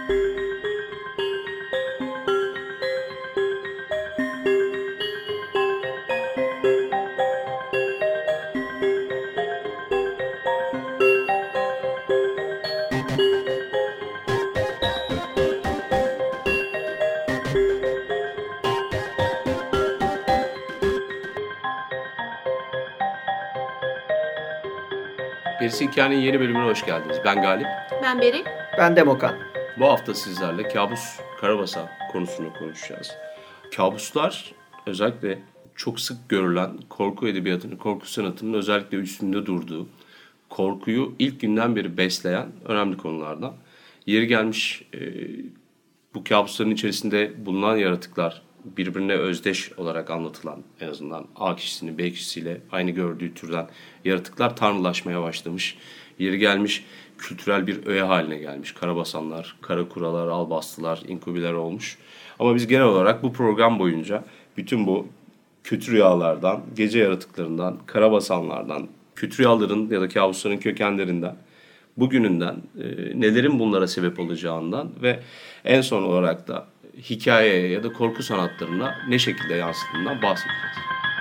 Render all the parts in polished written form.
Gerisi Hikayenin yeni bölümüne hoş geldiniz. Ben Galip. Ben Beril. Ben Demokan. Bu hafta sizlerle kabus karabasan konusunu konuşacağız. Kabuslar özellikle çok sık görülen korku edebiyatının, korku sanatının özellikle üstünde durduğu, korkuyu ilk günden beri besleyen önemli konulardan. Yeri gelmiş bu kabusların içerisinde bulunan yaratıklar birbirine özdeş olarak anlatılan, en azından A kişisinin B kişisiyle aynı gördüğü türden yaratıklar tanrılaşmaya başlamış. Yeri gelmiş kültürel bir öğe haline gelmiş. Karabasanlar, karakuralar, albastılar, inkubiler olmuş. Ama biz genel olarak bu program boyunca bütün bu kötü rüyalardan, gece yaratıklarından, karabasanlardan, kötü rüyaların ya da kabusların kökenlerinden, bugününden, nelerin bunlara sebep olacağından ve en son olarak da hikayeye ya da korku sanatlarına ne şekilde yansıdığından bahsedeceğiz.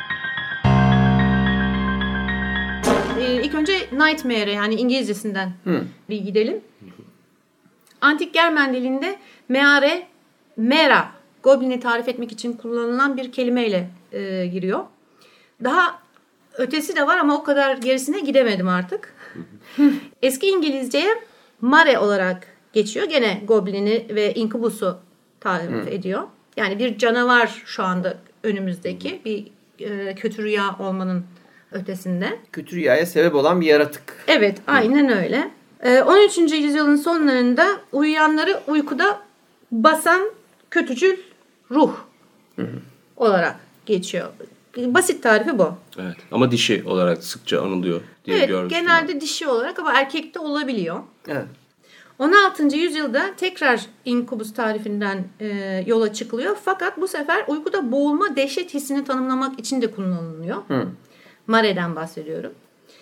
İlk önce Nightmare'e, yani İngilizcesinden bir gidelim. Antik Germen dilinde meare, mera, Goblin'i tarif etmek için kullanılan bir kelimeyle giriyor. Daha ötesi de var ama o kadar gerisine gidemedim artık. Eski İngilizceye mare olarak geçiyor. Gene Goblin'i ve Incubus'u tarif ediyor. Yani bir canavar şu anda önümüzdeki bir kötü rüya olmanın ötesinde. Kötü rüyaya sebep olan bir yaratık. Evet, aynen öyle. 13. yüzyılın sonlarında uyuyanları uykuda basan kötücül ruh olarak geçiyor. Basit tarifi bu. Evet, ama dişi olarak sıkça anılıyor diye görmüştüm. Evet, genelde dişi olarak ama erkekte olabiliyor. Evet. 16. yüzyılda tekrar inkubus tarifinden yola çıkılıyor. Fakat bu sefer uykuda boğulma dehşet hissini tanımlamak için de kullanılıyor. Mare'den bahsediyorum.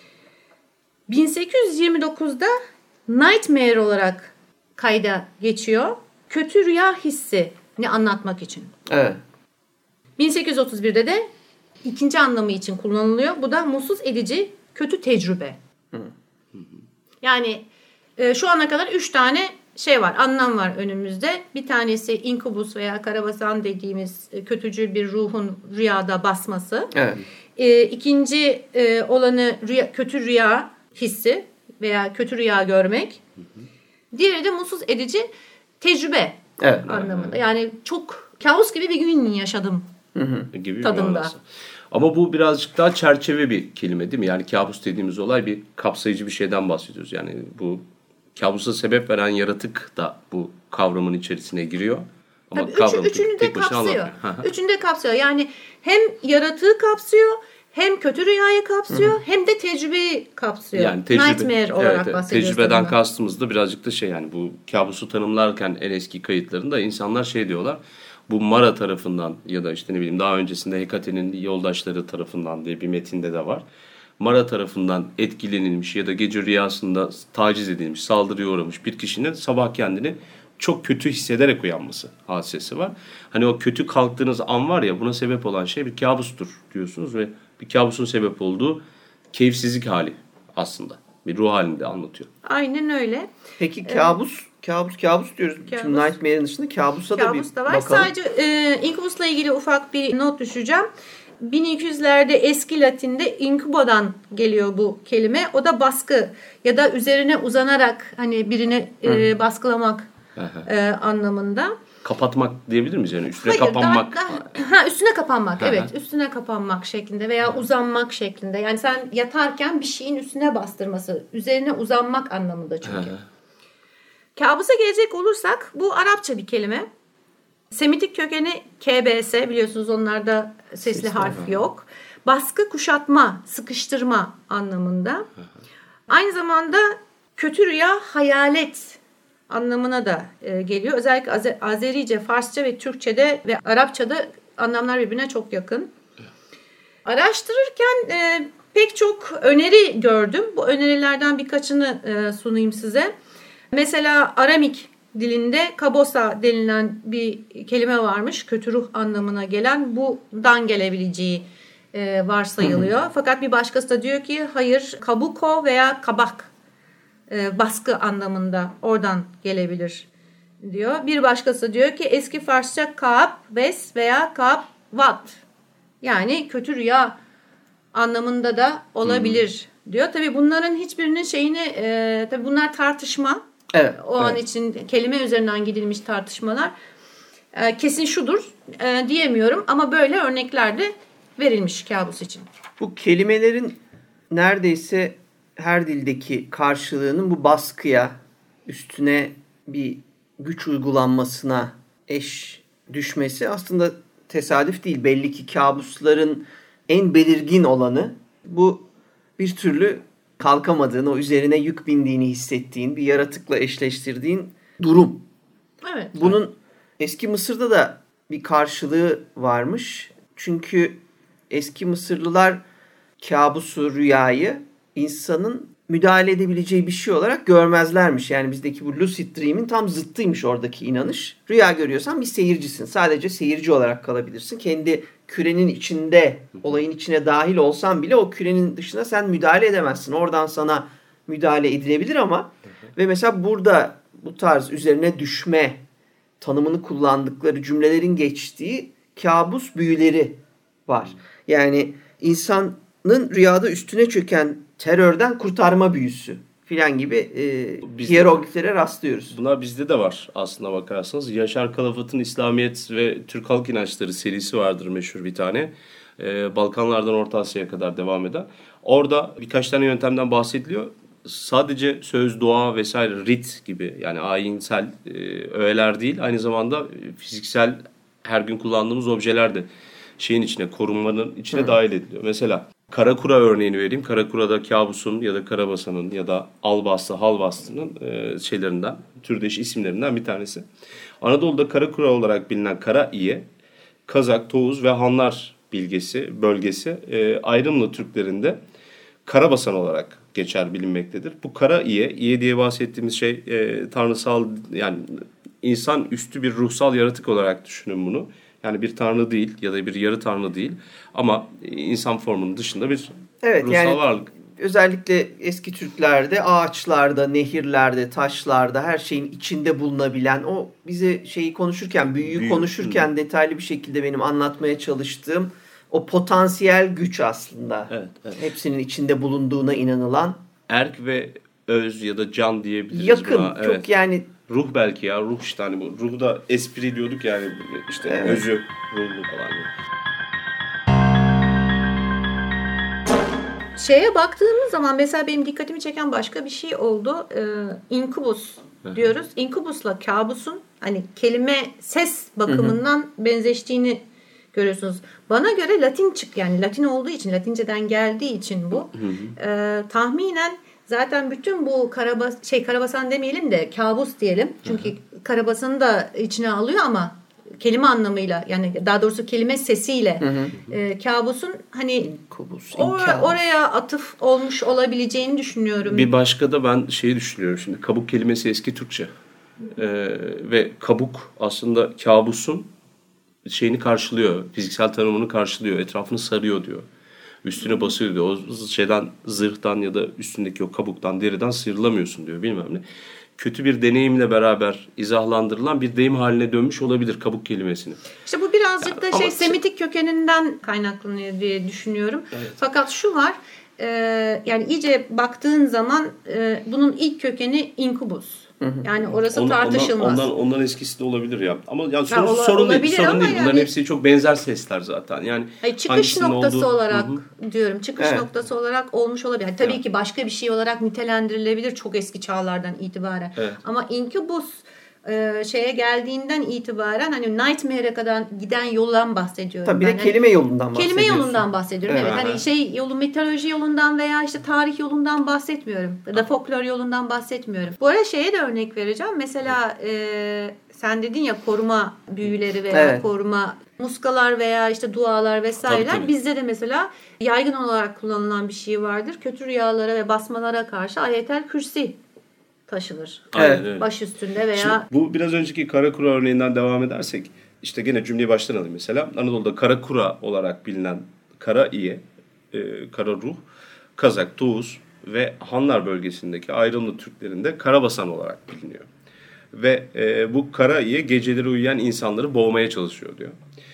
1829'da Nightmare olarak kayda geçiyor. Kötü rüya hissini anlatmak için. Evet. 1831'de de ikinci anlamı için kullanılıyor. Bu da mutsuz edici kötü tecrübe. Yani şu ana kadar 3 tane anlam var önümüzde. Bir tanesi inkubus veya karabasan dediğimiz kötücül bir ruhun rüyada basması. Evet. İkinci olanı kötü rüya hissi veya kötü rüya görmek. Diğeri de mutsuz edici tecrübe anlamında. Yani çok kabus gibi bir gün yaşadım gibi tadında. Ama bu birazcık daha çerçeve bir kelime değil mi? Yani kabus dediğimiz olay bir kapsayıcı bir şeyden bahsediyoruz. Yani bu kabusa sebep veren yaratık da bu kavramın içerisine giriyor. Ama tabii üçünü de kapsıyor. Üçünü de kapsıyor. Yani hem yaratığı kapsıyor, hem kötü rüyayı kapsıyor, hem de tecrübeyi kapsıyor. Yani Nightmare olarak bahsediyoruz. Tecrübeden kastımız da birazcık da yani bu kabusu tanımlarken en eski kayıtlarında insanlar diyorlar. Bu Mara tarafından ya da daha öncesinde Hekate'nin yoldaşları tarafından diye bir metinde de var. Mara tarafından etkilenilmiş ya da gece rüyasında taciz edilmiş, saldırıya uğramış bir kişinin sabah kendini çok kötü hissederek uyanması hadisesi var. Hani o kötü kalktığınız an var ya, buna sebep olan şey bir kabustur diyorsunuz ve bir kabusun sebep olduğu keyifsizlik hali aslında. Bir ruh halinde anlatıyor. Aynen öyle. Peki kabus diyoruz. Şimdi Nightmare'in dışında kabusa da bir da var. Bakalım. Sadece inkubusla ilgili ufak bir not düşeceğim. 1200'lerde eski Latin'de incubo'dan geliyor bu kelime. O da baskı ya da üzerine uzanarak hani birini baskılamak anlamında. Kapatmak diyebilir miyiz? Yani üstüne kapanmak. Üstüne kapanmak. Evet, üstüne kapanmak şeklinde veya uzanmak şeklinde. Yani sen yatarken bir şeyin üstüne bastırması, üzerine uzanmak anlamında çünkü. Kabusa gelecek olursak bu Arapça bir kelime. Semitik kökeni KBS, biliyorsunuz onlarda sesli harf yok. Baskı, kuşatma, sıkıştırma anlamında. Aynı zamanda kötü rüya, hayalet anlamına da geliyor. Özellikle Azerice, Farsça ve Türkçe'de ve Arapça'da anlamlar birbirine çok yakın. Araştırırken pek çok öneri gördüm. Bu önerilerden birkaçını sunayım size. Mesela Aramik dilinde kabosa denilen bir kelime varmış. Kötü ruh anlamına gelen, bundan gelebileceği varsayılıyor. Fakat bir başkası da diyor ki hayır, kabuko veya kabak baskı anlamında oradan gelebilir diyor. Bir başkası diyor ki eski Farsça kaab ves veya kaab vat, yani kötü rüya anlamında da olabilir diyor. Tabii bunların hiçbirinin tabii bunlar tartışma. Evet, an için kelime üzerinden gidilmiş tartışmalar. Kesin şudur diyemiyorum ama böyle örnekler de verilmiş kabus için. Bu kelimelerin neredeyse her dildeki karşılığının bu baskıya, üstüne bir güç uygulanmasına eş düşmesi aslında tesadüf değil. Belli ki kabusların en belirgin olanı bu bir türlü kalkamadığın, o üzerine yük bindiğini hissettiğin, bir yaratıkla eşleştirdiğin durum. Evet. Bunun eski Mısır'da da bir karşılığı varmış. Çünkü eski Mısırlılar kabusu, rüyayı insanın müdahale edebileceği bir şey olarak görmezlermiş. Yani bizdeki bu lucid dream'in tam zıttıymış oradaki inanış. Rüya görüyorsan bir seyircisin. Sadece seyirci olarak kalabilirsin. Kendi kürenin içinde, olayın içine dahil olsan bile o kürenin dışına sen müdahale edemezsin. Oradan sana müdahale edilebilir ama ve mesela burada bu tarz üzerine düşme tanımını kullandıkları cümlelerin geçtiği kabus büyüleri var. Yani insanın rüyada üstüne çöken terörden kurtarma büyüsü filan gibi hierogliflere rastlıyoruz. Bunlar bizde de var aslına bakarsanız. Yaşar Kalafat'ın İslamiyet ve Türk Halk İnançları serisi vardır meşhur bir tane. Balkanlardan Orta Asya'ya kadar devam eden. Orada birkaç tane yöntemden bahsediliyor. Sadece söz, dua vesaire, rit gibi yani ayinsel öğeler değil. Aynı zamanda fiziksel her gün kullandığımız objeler de şeyin içine, korunmanın içine dahil ediliyor. Mesela Karakura örneğini vereyim. Karakura'da kabusun ya da karabasanın ya da albastı, halbastının şeylerinden, türdeş isimlerinden bir tanesi. Anadolu'da Karakura olarak bilinen Kara-İye, Kazak, Toğuz ve Hanlar bölgesi Ayrımlı Türklerinde Karabasan olarak geçer bilinmektedir. Bu Kara-İye diye bahsettiğimiz şey tanrısal, yani insan üstü bir ruhsal yaratık olarak düşünün bunu. Yani bir tanrı değil ya da bir yarı tanrı değil ama insan formunun dışında bir ruhsal yani varlık. Özellikle eski Türklerde ağaçlarda, nehirlerde, taşlarda her şeyin içinde bulunabilen, o bize şeyi konuşurken, büyüyü konuşurken detaylı bir şekilde benim anlatmaya çalıştığım o potansiyel güç aslında. Evet. Hepsinin içinde bulunduğuna inanılan. Erk ve öz ya da can diyebiliriz yakın, buna. Çok evet. Yani ruh belki ya. Ruh işte hani bu. Ruhu da espri diyorduk yani işte evet. Özü, ruhlu falan. Şeye baktığımız zaman mesela benim dikkatimi çeken başka bir şey oldu. İnkubus diyoruz. İnkubusla kabusun hani kelime ses bakımından benzeştiğini görüyorsunuz. Bana göre Latin yani Latin olduğu için, Latinceden geldiği için bu. Tahminen zaten bütün bu karabasan demeyelim de kabus diyelim. Çünkü karabasanı da içine alıyor ama kelime anlamıyla, yani daha doğrusu kelime sesiyle kabusun hani oraya atıf olmuş olabileceğini düşünüyorum. Bir başka da ben şeyi düşünüyorum şimdi. Kabuk kelimesi eski Türkçe. Ve kabuk aslında kabusun şeyini karşılıyor. Fiziksel tanımını karşılıyor. Etrafını sarıyor diyor. Üstüne basıyor diyor. O şeyden, zırhtan ya da üstündeki o kabuktan, deriden sıyrılamıyorsun diyor. Bilmem ne. Kötü bir deneyimle beraber izahlandırılan bir deyim haline dönmüş olabilir kabuk kelimesini. İşte bu birazcık da Semitik kökeninden kaynaklanıyor diye düşünüyorum. Evet. Fakat şu var, yani iyice baktığın zaman bunun ilk kökeni inkubus. Yani orası tartışılmaz. Ondan eskisi de olabilir ya. Ama yani sorun değil. Yani, bunların hepsi çok benzer sesler zaten. Yani çıkış noktası olarak diyorum. Çıkış noktası olarak olmuş olabilir. Yani tabii ki başka bir şey olarak nitelendirilebilir çok eski çağlardan itibaren. Evet. Ama inkubus şeye geldiğinden itibaren hani Nightmare'e kadar giden yoldan bahsediyorum. Tabii de kelime yolundan bahsediyorsun. Kelime yolundan bahsediyorum. Evet. Hani mitoloji yolundan veya işte tarih yolundan bahsetmiyorum. Ya da folklor yolundan bahsetmiyorum. Bu arada şeye de örnek vereceğim. Mesela sen dedin ya koruma büyüleri veya koruma muskalar veya işte dualar vesaireler. Tabii. Bizde de mesela yaygın olarak kullanılan bir şey vardır. Kötü rüyalara ve basmalara karşı Ayetel Kürsi taşınır. Aynen öyle. Baş üstünde veya... Şimdi bu biraz önceki kara kura örneğinden devam edersek işte gene cümleyi baştan alayım mesela. Anadolu'da kara kura olarak bilinen kara iye, kara ruh, Kazak, Tuğuz ve Hanlar bölgesindeki ayrımlı Türklerin de Karabasan olarak biliniyor. Ve bu kara iye geceleri uyuyan insanları boğmaya çalışıyor diyor.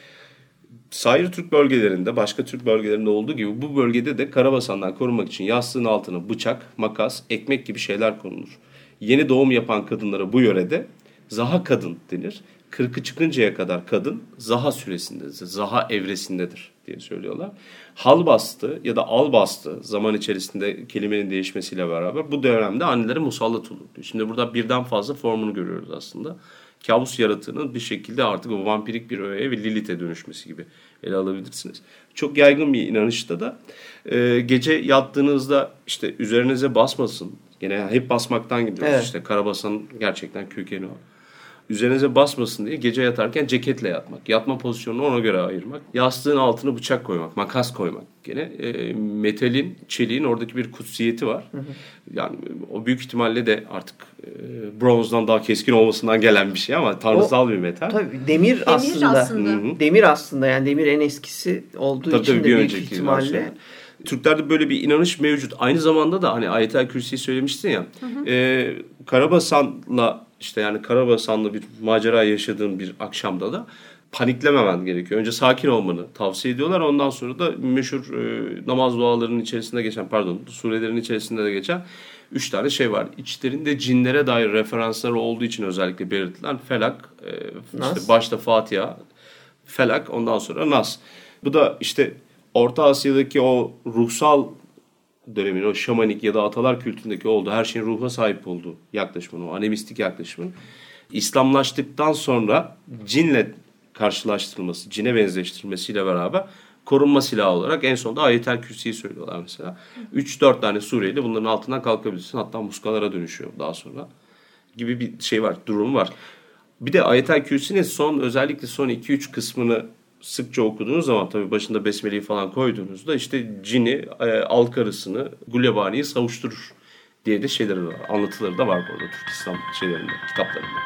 Sair Türk bölgelerinde, başka Türk bölgelerinde olduğu gibi bu bölgede de Karabasan'dan korunmak için yastığın altına bıçak, makas, ekmek gibi şeyler konulur. Yeni doğum yapan kadınlara bu yörede zaha kadın denir. 40'ı çıkıncaya kadar kadın zaha süresindedir, zaha evresindedir diye söylüyorlar. Hal bastı ya da al bastı zaman içerisinde kelimenin değişmesiyle beraber bu dönemde annelere musallat olur diyor. Şimdi burada birden fazla formunu görüyoruz aslında. Kabus yaratığının bir şekilde artık o vampirik bir öğeye ve Lilith'e dönüşmesi gibi ele alabilirsiniz. Çok yaygın bir inanışta da gece yattığınızda işte üzerinize basmasın. Gene hep basmaktan gidiyoruz. Evet. İşte Karabasan'ın gerçekten kökeni o. Üzerinize basmasın diye gece yatarken ceketle yatmak. Yatma pozisyonunu ona göre ayırmak. Yastığın altına bıçak koymak, makas koymak. Gene metalin, çeliğin oradaki bir kutsiyeti var. Hı hı. Yani o büyük ihtimalle de artık bronzdan daha keskin olmasından gelen bir şey ama tanrısal bir metal. Tabii demir aslında. Demir aslında yani demir en eskisi olduğu için de büyük ihtimalle. Türklerde böyle bir inanış mevcut. Aynı zamanda da hani Ayet-el Kürsi'yi söylemiştin ya. Hı hı. Karabasan'la işte yani Karabasan'la bir macera yaşadığın bir akşamda da paniklememen gerekiyor. Önce sakin olmanı tavsiye ediyorlar. Ondan sonra da meşhur namaz dualarının içerisinde geçen, surelerin içerisinde de geçen 3 tane şey var. İçlerinde cinlere dair referansları olduğu için özellikle belirtilen Felak, işte başta Fatiha, Felak, ondan sonra Nas. Bu da işte Orta Asya'daki o ruhsal dönemin, o şamanik ya da atalar kültüründeki olduğu, her şeyin ruha sahip olduğu yaklaşımın, o animistik yaklaşımın İslamlaştıktan sonra cinle karşılaştırılması, cine benzeştirilmesiyle beraber korunma silahı olarak en sonunda Ayet-el Kürsi'yi söylüyorlar mesela. 3-4 tane sureyle bunların altından kalkabilirsin. Hatta muskalara dönüşüyor daha sonra gibi bir şey var, durum var. Bir de Ayet-el Kürsi'nin özellikle son 2-3 kısmını sıkça okuduğunuz zaman tabii başında besmeleyi falan koyduğunuzda işte cini, alkarısını, gulyabaniyi savuşturur diye de şeyleri var. Anlatıları da var bu arada Türk İslam şeylerinde, kitaplarında.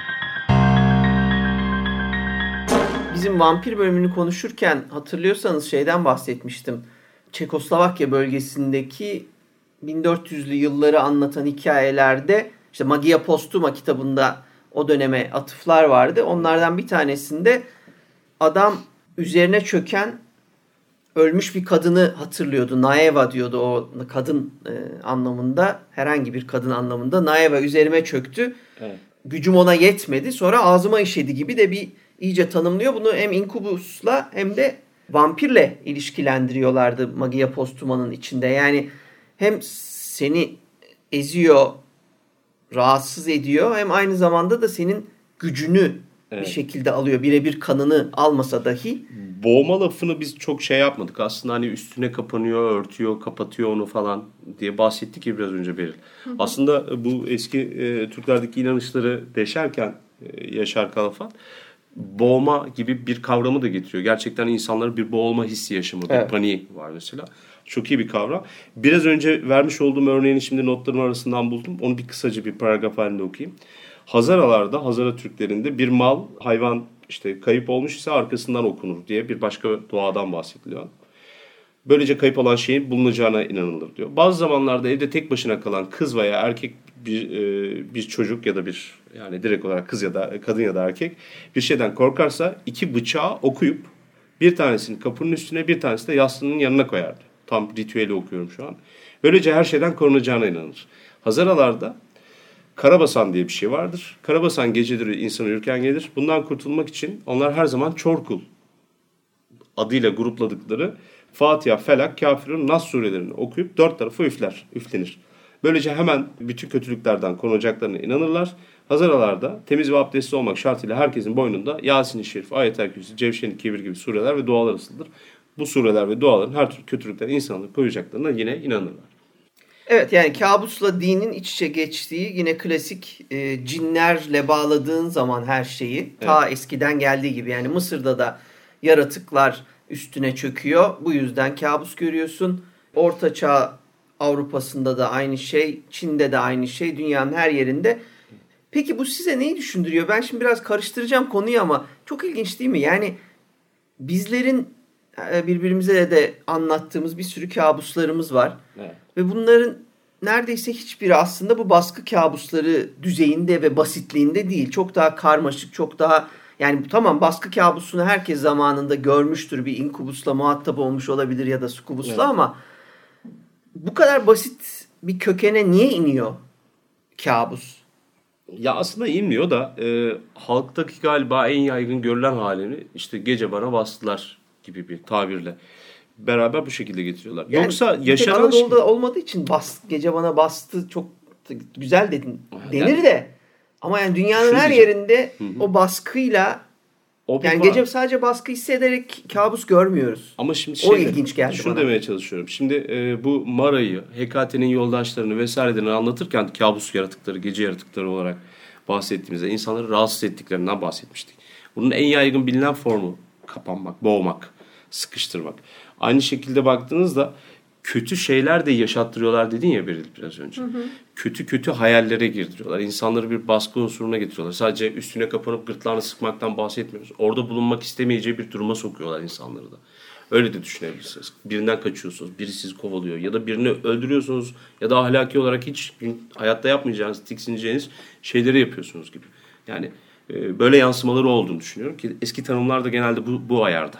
Bizim vampir bölümünü konuşurken hatırlıyorsanız şeyden bahsetmiştim. Çekoslovakya bölgesindeki 1400'lü yılları anlatan hikayelerde işte Magia Postuma kitabında o döneme atıflar vardı. Onlardan bir tanesinde adam üzerine çöken ölmüş bir kadını hatırlıyordu. Naeva diyordu o kadın anlamında. Herhangi bir kadın anlamında. Naeva üzerime çöktü. Evet. Gücüm ona yetmedi. Sonra ağzıma işedi gibi de bir iyice tanımlıyor. Bunu hem inkubusla hem de vampirle ilişkilendiriyorlardı Magia Postuma'nın içinde. Yani hem seni eziyor, rahatsız ediyor hem aynı zamanda da senin gücünü bir şekilde alıyor. Birebir kanını almasa dahi. Boğma lafını biz çok şey yapmadık. Aslında hani üstüne kapanıyor, örtüyor, kapatıyor onu falan diye bahsettik ya biraz önce Beril. Aslında bu eski Türklerdeki inanışları deşerken Yaşar Kalafat boğma gibi bir kavramı da getiriyor. Gerçekten insanların bir boğulma hissi yaşamı, bir paniği var mesela. Çok iyi bir kavram. Biraz önce vermiş olduğum örneğini şimdi notlarım arasından buldum. Onu bir kısaca bir paragraf halinde okuyayım. Hazaralarda, Hazara Türklerinde bir mal, hayvan işte kayıp olmuş ise arkasından okunur diye bir başka duadan bahsediliyor. Böylece kayıp olan şeyin bulunacağına inanılır diyor. Bazı zamanlarda evde tek başına kalan kız veya erkek bir çocuk ya da bir yani direkt olarak kız ya da kadın ya da erkek bir şeyden korkarsa 2 bıçağı okuyup bir tanesini kapının üstüne bir tanesi de yastığının yanına koyardı. Tam ritüeli okuyorum şu an. Böylece her şeyden korunacağına inanır. Hazaralarda Karabasan diye bir şey vardır. Karabasan geceleri insan uyurken gelir. Bundan kurtulmak için onlar her zaman Çorkul adıyla grupladıkları Fatiha, Felak, Kafirun, Nas surelerini okuyup 4 tarafı üflenir. Böylece hemen bütün kötülüklerden korunacaklarına inanırlar. Hazaralarda temiz ve abdestli olmak şartıyla herkesin boynunda Yasin-i Şerif, Ayet-el Kürsi, Cevşen-i Kebir gibi sureler ve dualar asılıdır. Bu sureler ve duaların her türlü kötülükten insanları koruyacaklarına yine inanırlar. Evet yani kabusla dinin iç içe geçtiği yine klasik cinlerle bağladığın zaman her şeyi ta eskiden geldiği gibi yani Mısır'da da yaratıklar üstüne çöküyor. Bu yüzden kabus görüyorsun. Orta Çağ Avrupa'sında da aynı şey, Çin'de de aynı şey, dünyanın her yerinde. Peki bu size neyi düşündürüyor? Ben şimdi biraz karıştıracağım konuyu ama çok ilginç değil mi? Yani bizlerin birbirimize de anlattığımız bir sürü kabuslarımız var. Evet. Ve bunların neredeyse hiçbiri aslında bu baskı kabusları düzeyinde ve basitliğinde değil. Çok daha karmaşık, çok daha yani tamam baskı kabusunu herkes zamanında görmüştür. Bir inkubusla muhatap olmuş olabilir ya da sukubusla, evet, ama bu kadar basit bir kökene niye iniyor kabus? Ya aslında inmiyor da halktaki galiba en yaygın görülen halini işte gece bana bastılar gibi bir tabirle beraber bu şekilde getiriyorlar. Yani, yoksa yaşanan Anadolu'da olmadığı için gece bana bastı çok güzel denir yani, de ama yani dünyanın her yerinde o baskıyla yani gece sadece baskı hissederek kabus görmüyoruz. Ama şimdi o ilginç geldi şunu bana. Demeye çalışıyorum. Şimdi bu Mara'yı, Hekate'nin yoldaşlarını vesairelerini anlatırken kabus yaratıkları, gece yaratıkları olarak bahsettiğimizde insanları rahatsız ettiklerinden bahsetmiştik. Bunun en yaygın bilinen formu kapanmak, boğmak, sıkıştırmak. Aynı şekilde baktığınızda kötü şeyler de yaşattırıyorlar dedin ya Beril biraz önce. Kötü hayallere girdiriyorlar. İnsanları bir baskı unsuruna getiriyorlar. Sadece üstüne kapanıp gırtlağını sıkmaktan bahsetmiyoruz. Orada bulunmak istemeyeceği bir duruma sokuyorlar insanları da. Öyle de düşünebilirsiniz. Birinden kaçıyorsunuz, biri sizi kovalıyor ya da birini öldürüyorsunuz ya da ahlaki olarak hiç hayatta yapmayacağınız, tiksineceğiniz şeyleri yapıyorsunuz gibi. Yani böyle yansımaları olduğunu düşünüyorum ki eski tanımlar da genelde bu ayarda.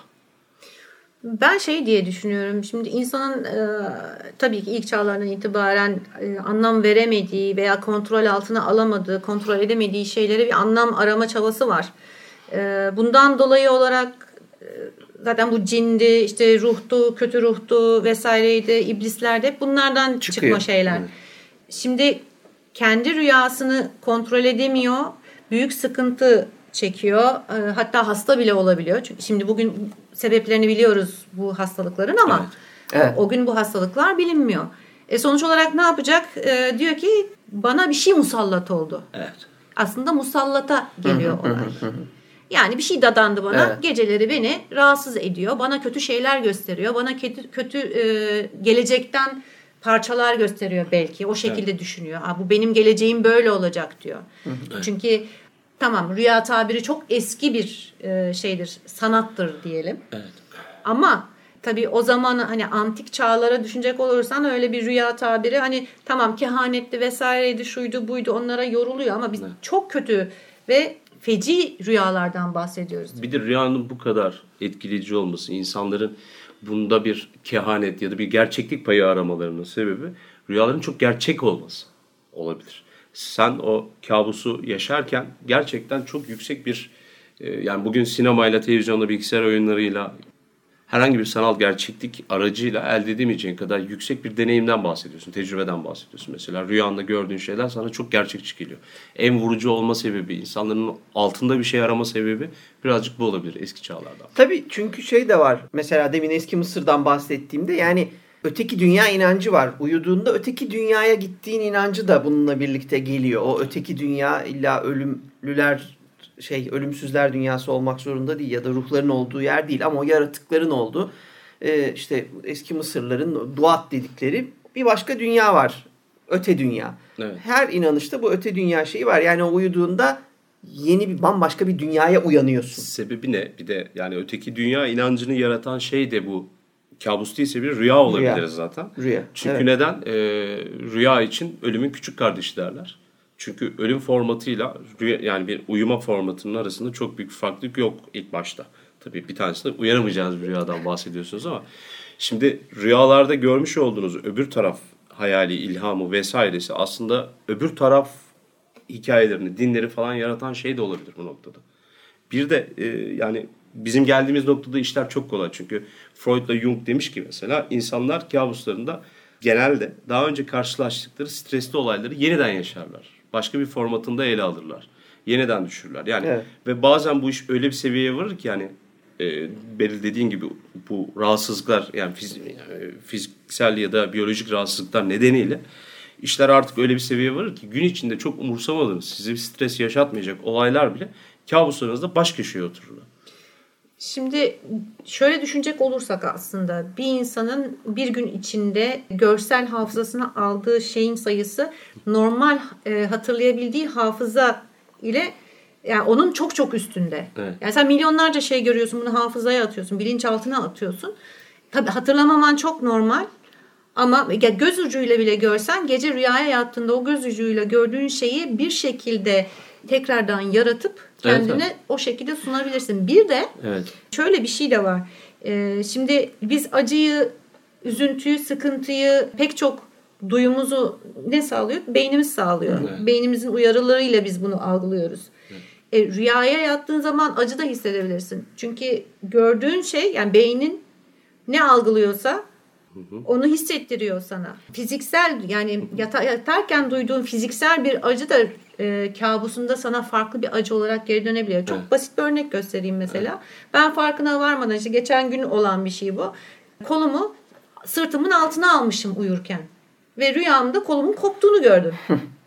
Ben diye düşünüyorum. Şimdi insanın tabii ki ilk çağlardan itibaren anlam veremediği veya kontrol altına alamadığı, kontrol edemediği şeylere bir anlam arama çabası var. Bundan dolayı olarak zaten bu cindi, işte ruhtu, kötü ruhtu vesaireydi, iblisler de hep bunlardan çıkma şeyler. Evet. Şimdi kendi rüyasını kontrol edemiyor, büyük sıkıntı çekiyor. Hatta hasta bile olabiliyor. Çünkü şimdi bugün sebeplerini biliyoruz bu hastalıkların ama evet. O gün bu hastalıklar bilinmiyor. Sonuç olarak ne yapacak? Diyor ki bana bir şey musallat oldu. Evet. Aslında musallata geliyor olay. Yani bir şey dadandı bana. Evet. Geceleri beni rahatsız ediyor. Bana kötü şeyler gösteriyor. Bana kötü gelecekten parçalar gösteriyor belki. O şekilde düşünüyor. Bu benim geleceğim böyle olacak diyor. Evet. Çünkü tamam rüya tabiri çok eski bir şeydir, sanattır diyelim. Evet. Ama tabii o zaman hani antik çağlara düşünecek olursan öyle bir rüya tabiri hani tamam kehanetti vesaireydi, şuydu buydu onlara yoruluyor ama biz çok kötü ve feci rüyalardan bahsediyoruz. Bir de rüyanın bu kadar etkileyici olması, insanların bunda bir kehanet ya da bir gerçeklik payı aramalarının sebebi rüyaların çok gerçek olması olabilir. Sen o kabusu yaşarken gerçekten çok yüksek bir yani bugün sinemayla, televizyonla, bilgisayar oyunlarıyla herhangi bir sanal gerçeklik aracıyla elde edemeyeceğin kadar yüksek bir deneyimden bahsediyorsun, tecrübeden bahsediyorsun. Mesela rüyanda gördüğün şeyler sana çok gerçekçi geliyor. En vurucu olma sebebi, insanların altında bir şey arama sebebi birazcık bu olabilir eski çağlardan. Tabii çünkü de var. Mesela demin eski Mısır'dan bahsettiğimde yani öteki dünya inancı var. Uyuduğunda öteki dünyaya gittiğin inancı da bununla birlikte geliyor. O öteki dünya illa ölümsüzler dünyası olmak zorunda değil ya da ruhların olduğu yer değil ama o yaratıkların olduğu işte eski Mısırların Duat dedikleri bir başka dünya var. Öte dünya. Evet. Her inanışta bu öte dünya şeyi var. Yani o uyuduğunda bambaşka bir dünyaya uyanıyorsun. Sebebi ne? Bir de yani öteki dünya inancını yaratan şey de bu. Kabus değilse bir rüya olabilir zaten. Rüya. Çünkü evet. Neden? Rüya için ölümün küçük kardeşi derler. Çünkü ölüm formatıyla yani bir uyuma formatının arasında çok büyük farklılık yok ilk başta. Tabii bir tanesinde uyanamayacağınız bir rüyadan bahsediyorsunuz ama şimdi rüyalarda görmüş olduğunuz öbür taraf hayali, ilhamı vesairesi aslında öbür taraf hikayelerini, dinleri falan yaratan şey de olabilir bu noktada. Bir de yani bizim geldiğimiz noktada işler çok kolay. Çünkü Freud'la Jung demiş ki mesela insanlar kabuslarında genelde daha önce karşılaştıkları stresli olayları yeniden yaşarlar. Başka bir formatında ele alırlar. Yeniden düşürürler. Yani evet. Ve bazen bu iş öyle bir seviyeye varır ki yani Beril dediğin gibi bu rahatsızlıklar yani fiziksel ya da biyolojik rahatsızlıklar nedeniyle işler artık öyle bir seviyeye varır ki gün içinde çok umursamadığınız, size bir stres yaşatmayacak olaylar bile kabuslarınızda baş köşeye otururlar. Şimdi şöyle düşünecek olursak aslında bir insanın bir gün içinde görsel hafızasına aldığı şeyin sayısı normal hatırlayabildiği hafıza ile yani onun çok çok üstünde. Evet. Yani sen milyonlarca şey görüyorsun, bunu hafızaya atıyorsun, bilinçaltına atıyorsun. Tabii hatırlamaman çok normal. Ama göz ucuyla bile görsen gece rüyaya yattığında o göz ucuyla gördüğün şeyi bir şekilde tekrardan yaratıp kendine evet. O şekilde sunabilirsin. Bir de şöyle bir şey de var. Şimdi biz acıyı, üzüntüyü, sıkıntıyı pek çok duyumuzu ne sağlıyor? Beynimiz sağlıyor. Evet. Beynimizin uyarılarıyla biz bunu algılıyoruz. Evet. Rüyaya yattığın zaman acı da hissedebilirsin. Çünkü gördüğün şey yani beynin ne algılıyorsa onu hissettiriyor sana. Fiziksel yani yatarken duyduğun fiziksel bir acı da kabusunda sana farklı bir acı olarak geri dönebiliyor. Çok basit bir örnek göstereyim mesela. Ben farkına varmadan işte geçen gün olan bir şey bu. Kolumu sırtımın altına almışım uyurken. Ve rüyamda kolumun koptuğunu gördüm.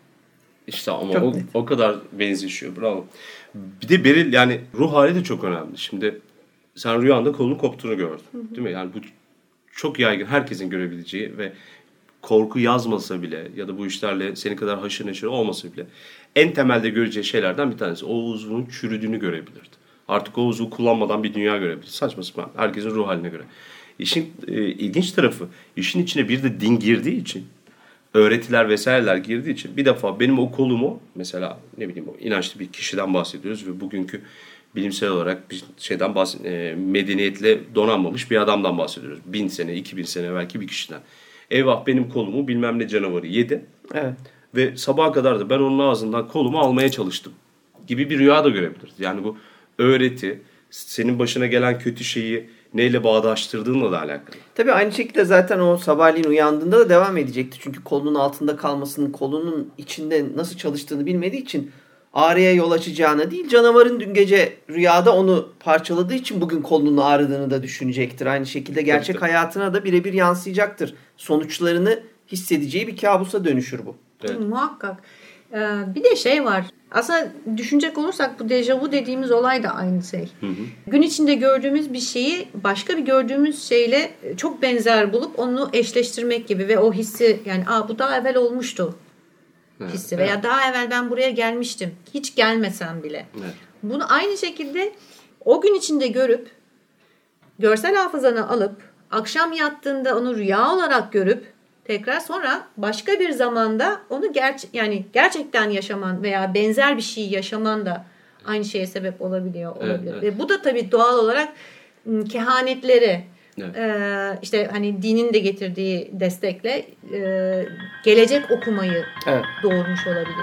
İşte ama o kadar benzeşiyor. Bravo. Bir de Beril yani ruh hali de çok önemli. Şimdi sen rüyanda kolunun koptuğunu gördün. Değil mi? Yani bu çok yaygın, herkesin görebileceği ve korku yazmasa bile ya da bu işlerle seni kadar haşır neşir olmasa bile en temelde göreceği şeylerden bir tanesi. O uzvunun çürüdüğünü görebilirdi. Artık o uzvu kullanmadan bir dünya görebilirdi. Saçma sapan. Herkesin ruh haline göre. İşin ilginç tarafı, işin içine bir de din girdiği için, öğretiler vesaireler girdiği için bir defa benim o kolumu mesela ne bileyim o inançlı bir kişiden bahsediyoruz ve bugünkü bilimsel olarak bir şeyden medeniyetle donanmamış bir adamdan bahsediyoruz. 1000 sene, 2000 sene belki bir kişiden. Eyvah benim kolumu bilmem ne canavarı yedi. Evet. Ve sabaha kadar da ben onun ağzından kolumu almaya çalıştım gibi bir rüya da görebiliriz. Yani bu öğreti, senin başına gelen kötü şeyi neyle bağdaştırdığınla da alakalı. Tabii aynı şekilde zaten o sabahleyin uyandığında da devam edecekti. Çünkü kolunun altında kalmasının, kolunun içinde nasıl çalıştığını bilmediği için ağrıya yol açacağına değil, canavarın dün gece rüyada onu parçaladığı için bugün kolunun ağrıdığını da düşünecektir. Aynı şekilde gerçek hayatına da birebir yansıyacaktır. Sonuçlarını hissedeceği bir kabusa dönüşür bu. Evet. Muhakkak. Bir de şey var. Aslında düşünecek olursak bu dejavu dediğimiz olay da aynı şey. Hı hı. Gün içinde gördüğümüz bir şeyi başka bir gördüğümüz şeyle çok benzer bulup onu eşleştirmek gibi ve o hissi yani bu daha evvel olmuştu hissi evet. Veya daha evvel ben buraya gelmiştim. Hiç gelmesem bile. Evet. Bunu aynı şekilde o gün içinde görüp görsel hafızanı alıp akşam yattığında onu rüya olarak görüp tekrar sonra başka bir zamanda onu yani gerçekten yaşaman veya benzer bir şey yaşaman da aynı şeye sebep olabilir. Evet. Ve bu da tabii doğal olarak kehanetleri evet. İşte hani dinin de getirdiği destekle gelecek okumayı evet. doğurmuş olabilir.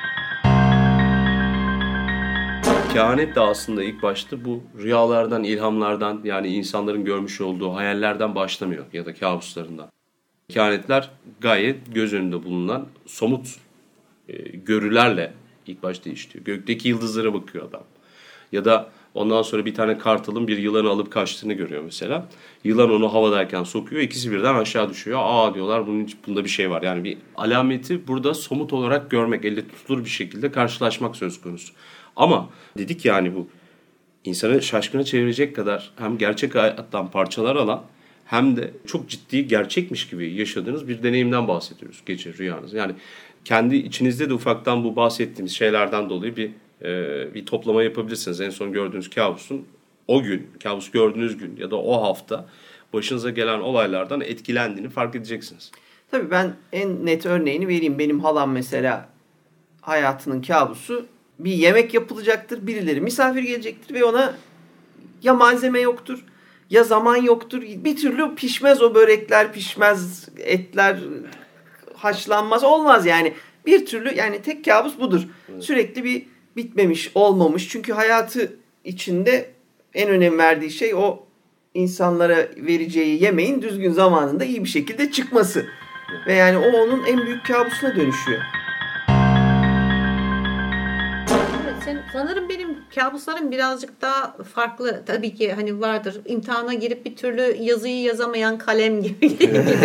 Kehanet de aslında ilk başta bu rüyalardan, ilhamlardan yani insanların görmüş olduğu hayallerden başlamıyor ya da kabuslarından. Kehanetler gayet göz önünde bulunan somut görülerle ilk başta işliyor. Gökteki yıldızlara bakıyor adam. Ya da ondan sonra bir tane kartalın bir yılanı alıp kaçtığını görüyor mesela. Yılan onu havadayken sokuyor. İkisi birden aşağı düşüyor. Diyorlar bunda bir şey var. Yani bir alameti burada somut olarak görmek, elle tutulur bir şekilde karşılaşmak söz konusu. Ama dedik yani bu insanı şaşkına çevirecek kadar hem gerçek hayattan parçalar alan hem de çok ciddi gerçekmiş gibi yaşadığınız bir deneyimden bahsediyoruz gece rüyanız. Yani kendi içinizde de ufaktan bu bahsettiğimiz şeylerden dolayı bir toplama yapabilirsiniz. En son gördüğünüz kabusun o gün, kabus gördüğünüz gün ya da o hafta başınıza gelen olaylardan etkilendiğini fark edeceksiniz. Tabii ben en net örneğini vereyim. Benim halam mesela hayatının kabusu bir yemek yapılacaktır. Birileri misafir gelecektir ve ona ya malzeme yoktur ya zaman yoktur. Bir türlü pişmez o börekler, pişmez etler, haşlanmaz olmaz yani. Bir türlü yani tek kabus budur. Evet. Sürekli bir bitmemiş, olmamış. Çünkü hayatı içinde en önem verdiği şey o insanlara vereceği yemeğin düzgün zamanında iyi bir şekilde çıkması. Evet. Ve yani o onun en büyük kabusuna dönüşüyor. Sanırım benim kabuslarım birazcık daha farklı. Tabii ki hani vardır. İmtihana girip bir türlü yazıyı yazamayan kalem gibi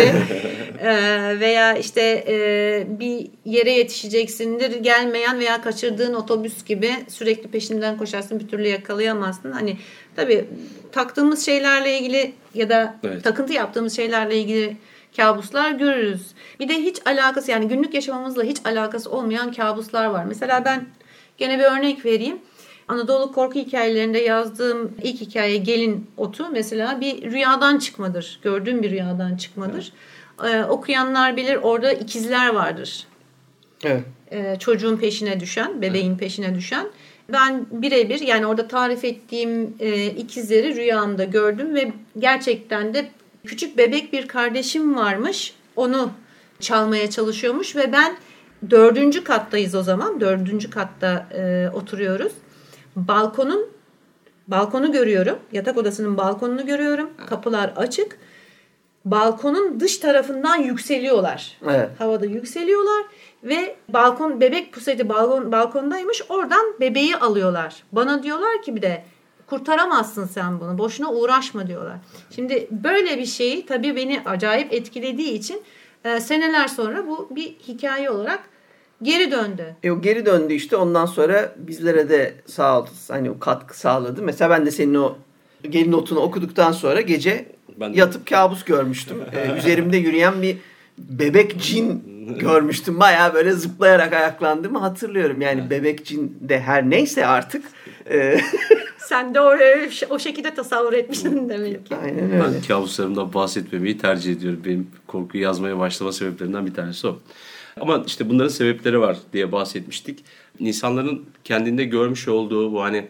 veya işte bir yere yetişeceksindir, gelmeyen veya kaçırdığın otobüs gibi sürekli peşinden koşarsın, bir türlü yakalayamazsın. Hani tabii taktığımız şeylerle ilgili ya da takıntı yaptığımız şeylerle ilgili kabuslar görürüz. Bir de hiç alakası, yani günlük yaşamımızla hiç alakası olmayan kabuslar var. Mesela ben gene bir örnek vereyim. Anadolu korku hikayelerinde yazdığım ilk hikaye Gelin Otu mesela bir rüyadan çıkmadır. Gördüğüm bir rüyadan çıkmadır. Okuyanlar bilir, orada ikizler vardır. Evet. Çocuğun peşine düşen, bebeğin peşine düşen. Ben birebir, yani orada tarif ettiğim ikizleri rüyamda gördüm ve gerçekten de küçük bebek bir kardeşim varmış. Onu çalmaya çalışıyormuş ve ben 4. kattayız o zaman. 4. katta oturuyoruz. Balkonu görüyorum. Yatak odasının balkonunu görüyorum. Kapılar açık. Balkonun dış tarafından yükseliyorlar. Evet. Havada yükseliyorlar ve bebek puseti balkondaymış. Oradan bebeği alıyorlar. Bana diyorlar ki bir de kurtaramazsın sen bunu. Boşuna uğraşma diyorlar. Şimdi böyle bir şeyi tabii beni acayip etkilediği için seneler sonra bu bir hikaye olarak geri döndü. O geri döndü işte, ondan sonra bizlere de sağ ol, hani o katkı sağladı. Mesela ben de senin o Gelin Otu'nu okuduktan sonra gece yatıp kabus görmüştüm. Üzerimde yürüyen bir bebek cin görmüştüm. Bayağı böyle zıplayarak ayaklandığımı hatırlıyorum. Yani bebek cin de her neyse artık. Sen de o şekilde tasavvur etmişsin demek ki. Aynen öyle. Ben kabuslarımdan bahsetmemeyi tercih ediyorum. Benim korkuyu yazmaya başlama sebeplerinden bir tanesi o. Ama işte bunların sebepleri var diye bahsetmiştik. İnsanların kendinde görmüş olduğu bu hani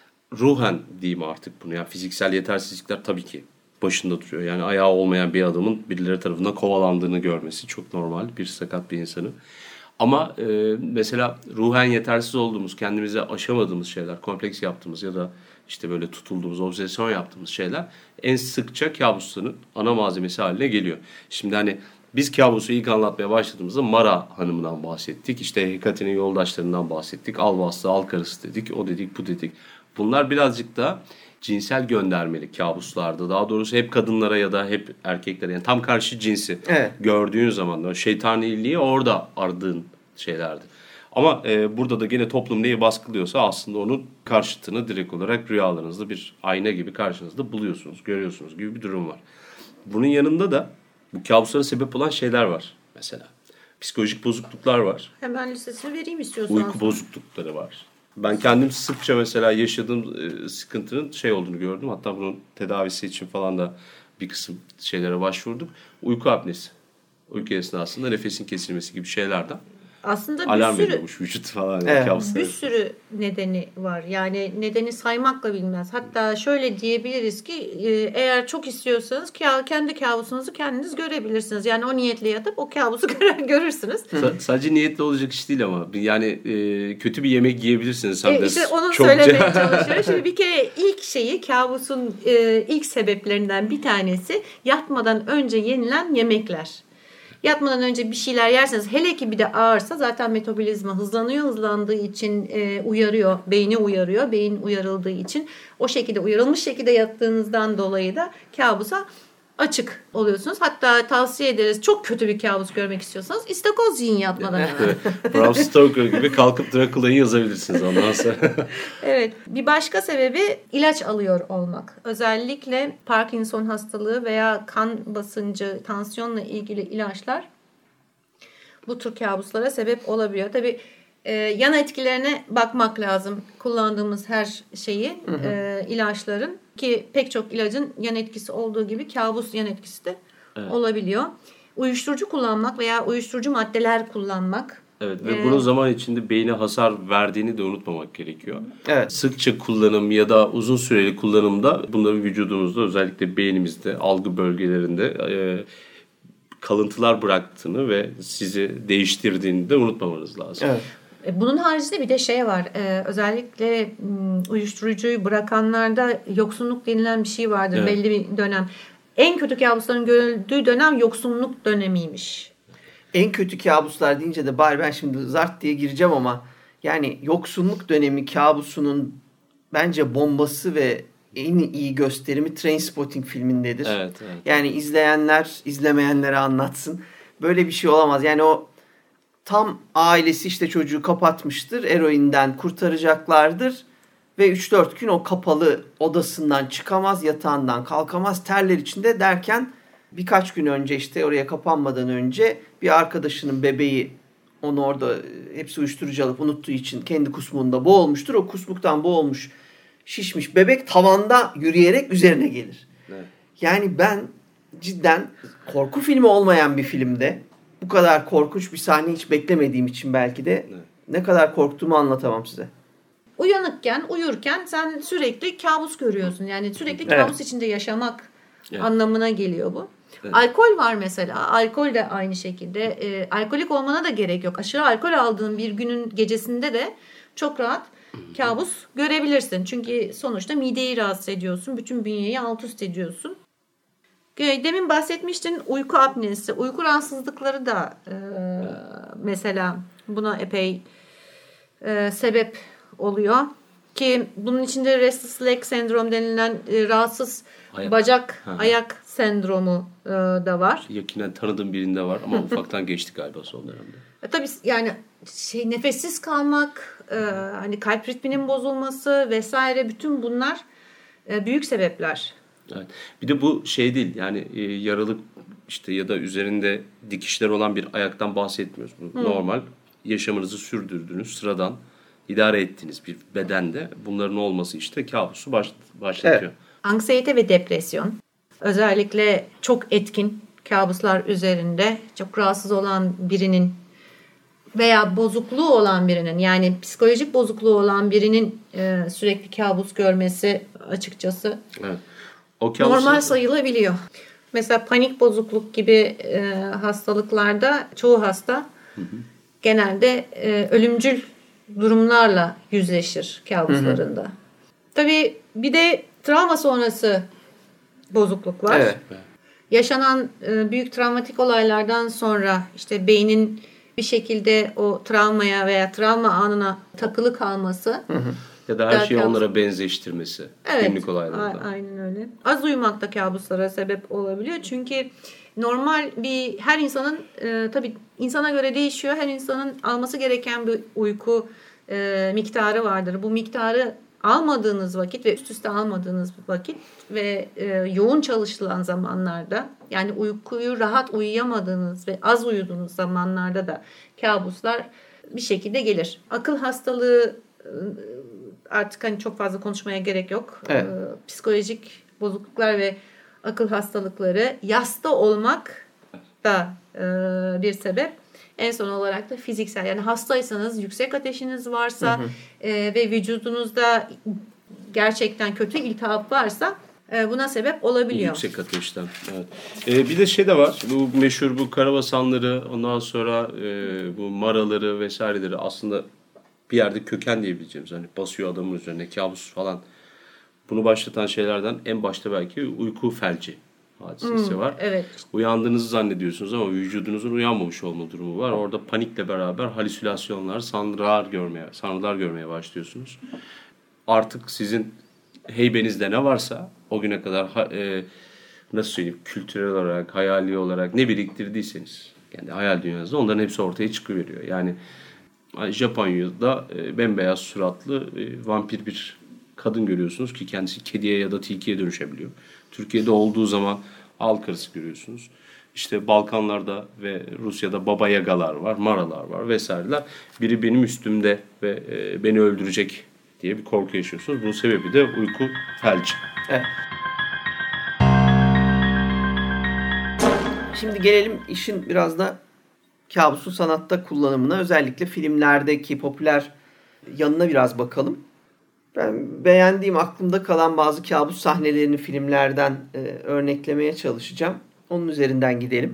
ruhen diyeyim artık bunu. Yani fiziksel yetersizlikler tabii ki başında duruyor. Yani ayağı olmayan bir adamın birileri tarafından kovalandığını görmesi çok normal. Bir sakat bir insanın. Ama mesela ruhen yetersiz olduğumuz, kendimize aşamadığımız şeyler, kompleks yaptığımız ya da işte böyle tutulduğumuz, obsesyon yaptığımız şeyler en sıkça kabusların ana malzemesi haline geliyor. Şimdi hani biz kabusu ilk anlatmaya başladığımızda Mara Hanım'dan bahsettik. İşte Hekate'nin yoldaşlarından bahsettik. Al bastı, al karısı dedik, o dedik, bu dedik. Bunlar birazcık da cinsel göndermeli kabuslardı. Daha doğrusu hep kadınlara ya da hep erkeklere, yani tam karşı cinsi gördüğün zaman da şeytaniliği orada aradığın şeylerdi. Ama burada da gene toplum neyi baskılıyorsa aslında onun karşıtını direkt olarak rüyalarınızda bir ayna gibi karşınızda buluyorsunuz, görüyorsunuz gibi bir durum var. Bunun yanında da bu kabuslara sebep olan şeyler var mesela. Psikolojik bozukluklar var. Hemen listesini vereyim istiyorsan. Uyku bozuklukları var. Ben kendim sıkça mesela yaşadığım sıkıntının şey olduğunu gördüm. Hatta bunun tedavisi için falan da bir kısım şeylere başvurduk. Uyku apnesi. Uyku esnasında nefesin kesilmesi gibi şeylerden. Aslında alarm veriyormuş vücut falan. Evet. Bir sürü nedeni var. Yani nedeni saymakla bilmez. Hatta şöyle diyebiliriz ki eğer çok istiyorsanız kendi kabusunuzu kendiniz görebilirsiniz. Yani o niyetle yatıp o kabusu görürsünüz. Sadece niyetli olacak iş değil ama. Yani kötü bir yemek yiyebilirsiniz. İşte onu söylemeye çalışıyorum. Şimdi bir kere ilk şeyi, kabusun ilk sebeplerinden bir tanesi yatmadan önce yenilen yemekler. Yatmadan önce bir şeyler yerseniz, hele ki bir de ağırsa, zaten metabolizma hızlanıyor. Hızlandığı için uyarıyor, beyni uyarıyor. Beyin uyarıldığı için o şekilde, uyarılmış şekilde yattığınızdan dolayı da kabusa açık oluyorsunuz. Hatta tavsiye ederiz, çok kötü bir kabus görmek istiyorsanız istakoz yiyin yatmadan hemen. Bram Stoker gibi kalkıp Dracula'yı yazabilirsiniz ondan sonra. Evet. Bir başka sebebi ilaç alıyor olmak. Özellikle Parkinson hastalığı veya kan basıncı, tansiyonla ilgili ilaçlar bu tür kabuslara sebep olabiliyor. Tabii yan etkilerine bakmak lazım. Kullandığımız her şeyi, ilaçların, ki pek çok ilacın yan etkisi olduğu gibi kabus yan etkisi de olabiliyor. Uyuşturucu kullanmak veya uyuşturucu maddeler kullanmak. Evet ve bunun zaman içinde beyne hasar verdiğini de unutmamak gerekiyor. Evet. Sıkça kullanım ya da uzun süreli kullanımda bunların vücudumuzda, özellikle beynimizde, algı bölgelerinde kalıntılar bıraktığını ve sizi değiştirdiğini de unutmamanız lazım. Evet. Bunun haricinde bir de şey var. Özellikle uyuşturucuyu bırakanlarda yoksunluk denilen bir şey vardır. Evet. Belli bir dönem. En kötü kabusların görüldüğü dönem yoksunluk dönemiymiş. En kötü kabuslar deyince de bari ben şimdi zart diye gireceğim ama Yani yoksulluk dönemi kabusunun bence bombası ve en iyi gösterimi Trainspotting filmindedir. Evet. Yani izleyenler izlemeyenlere anlatsın. Böyle bir şey olamaz. Yani o tam ailesi işte çocuğu kapatmıştır. Eroinden kurtaracaklardır. Ve 3-4 gün o kapalı odasından çıkamaz, yatağından kalkamaz, terler içinde derken birkaç gün önce işte oraya kapanmadan önce bir arkadaşının bebeği onu orada hepsi uyuşturucu alıp unuttuğu için kendi kusmuğunda boğulmuştur. O kusmuktan boğulmuş, şişmiş bebek tavanda yürüyerek üzerine gelir. Evet. Yani ben cidden korku filmi olmayan bir filmde bu kadar korkunç bir sahne hiç beklemediğim için belki de ne kadar korktuğumu anlatamam size. Uyanıkken, uyurken sen sürekli kabus görüyorsun. Yani sürekli kabus içinde yaşamak anlamına geliyor bu. Evet. Alkol var mesela. Alkol de aynı şekilde. Alkolik olmana da gerek yok. Aşırı alkol aldığın bir günün gecesinde de çok rahat kabus görebilirsin. Çünkü sonuçta mideyi rahatsız ediyorsun. Bütün bünyeyi alt üst ediyorsun. Demin bahsetmiştin uyku apnesi. Uyku rahatsızlıkları da mesela buna epey sebep oluyor. Ki bunun içinde restless leg sendrom denilen rahatsız ayak sendromu da var. Yakinen tanıdığım birinde var ama ufaktan geçti galiba son dönemde. Tabii yani nefessiz kalmak, hani kalp ritminin bozulması vesaire, bütün bunlar büyük sebepler. Evet. Bir de bu şey değil yani yaralık işte ya da üzerinde dikişler olan bir ayaktan bahsetmiyoruz. Bu normal yaşamınızı sürdürdüğünüz sıradan idare ettiğiniz bir bedende bunların olması işte kabusu başlatıyor. Evet. Anksiyete ve depresyon özellikle çok etkin kabuslar üzerinde. Çok rahatsız olan birinin veya bozukluğu olan birinin, yani psikolojik bozukluğu olan birinin sürekli kabus görmesi açıkçası normal sayılabiliyor. Mesela panik bozukluk gibi hastalıklarda çoğu hasta genelde ölümcül durumlarla yüzleşir kabuslarında. Tabii bir de travma sonrası bozukluk var. Evet. Yaşanan büyük travmatik olaylardan sonra işte beynin bir şekilde o travmaya veya travma anına takılı kalması. Ya da her şeyi onlara benzeştirmesi. Evet, günlük olaylarda. Aynen öyle. Az uyumak da kabuslara sebep olabiliyor. Çünkü normal her insanın tabii insana göre değişiyor. Her insanın alması gereken bir uyku miktarı vardır. Bu miktarı almadığınız vakit ve üst üste almadığınız vakit ve yoğun çalışılan zamanlarda, yani uykuyu rahat uyuyamadığınız ve az uyuduğunuz zamanlarda da kabuslar bir şekilde gelir. Akıl hastalığı artık hani çok fazla konuşmaya gerek yok. Evet. Psikolojik bozukluklar ve akıl hastalıkları, yasta olmak da bir sebep. En son olarak da fiziksel, yani hastaysanız, yüksek ateşiniz varsa ve vücudunuzda gerçekten kötü iltihap varsa buna sebep olabiliyor. Yüksek ateşten. Evet. Bir de şey de var. Bu meşhur bu karabasanları, ondan sonra bu maraları vesaireleri aslında bir yerde köken diyebileceğimiz, hani basıyor adamın üzerine kabus falan. Bunu başlatan şeylerden en başta belki uyku felci hadisesi var. Evet. Uyandığınızı zannediyorsunuz ama vücudunuzun uyanmamış olma durumu var. Orada panikle beraber halüsinasyonlar, sanrılar görmeye başlıyorsunuz. Artık sizin heybenizde ne varsa o güne kadar nasıl söyleyeyim, kültürel olarak, hayali olarak ne biriktirdiyseniz kendi hayal dünyanızda onların hepsi ortaya çıkıveriyor. Yani Japonya'da bembeyaz suratlı vampir bir kadın görüyorsunuz ki kendisi kediye ya da tilkiye dönüşebiliyor. Türkiye'de olduğu zaman halk arısı görüyorsunuz. İşte Balkanlarda ve Rusya'da baba yagalar var, maralar var vesaireler. Biri benim üstümde ve beni öldürecek diye bir korku yaşıyorsunuz. Bunun sebebi de uyku felci. Evet. Şimdi gelelim işin biraz da kabusun sanatta kullanımına, özellikle filmlerdeki popüler yanına biraz bakalım. Ben beğendiğim, aklımda kalan bazı kabus sahnelerini filmlerden örneklemeye çalışacağım. Onun üzerinden gidelim.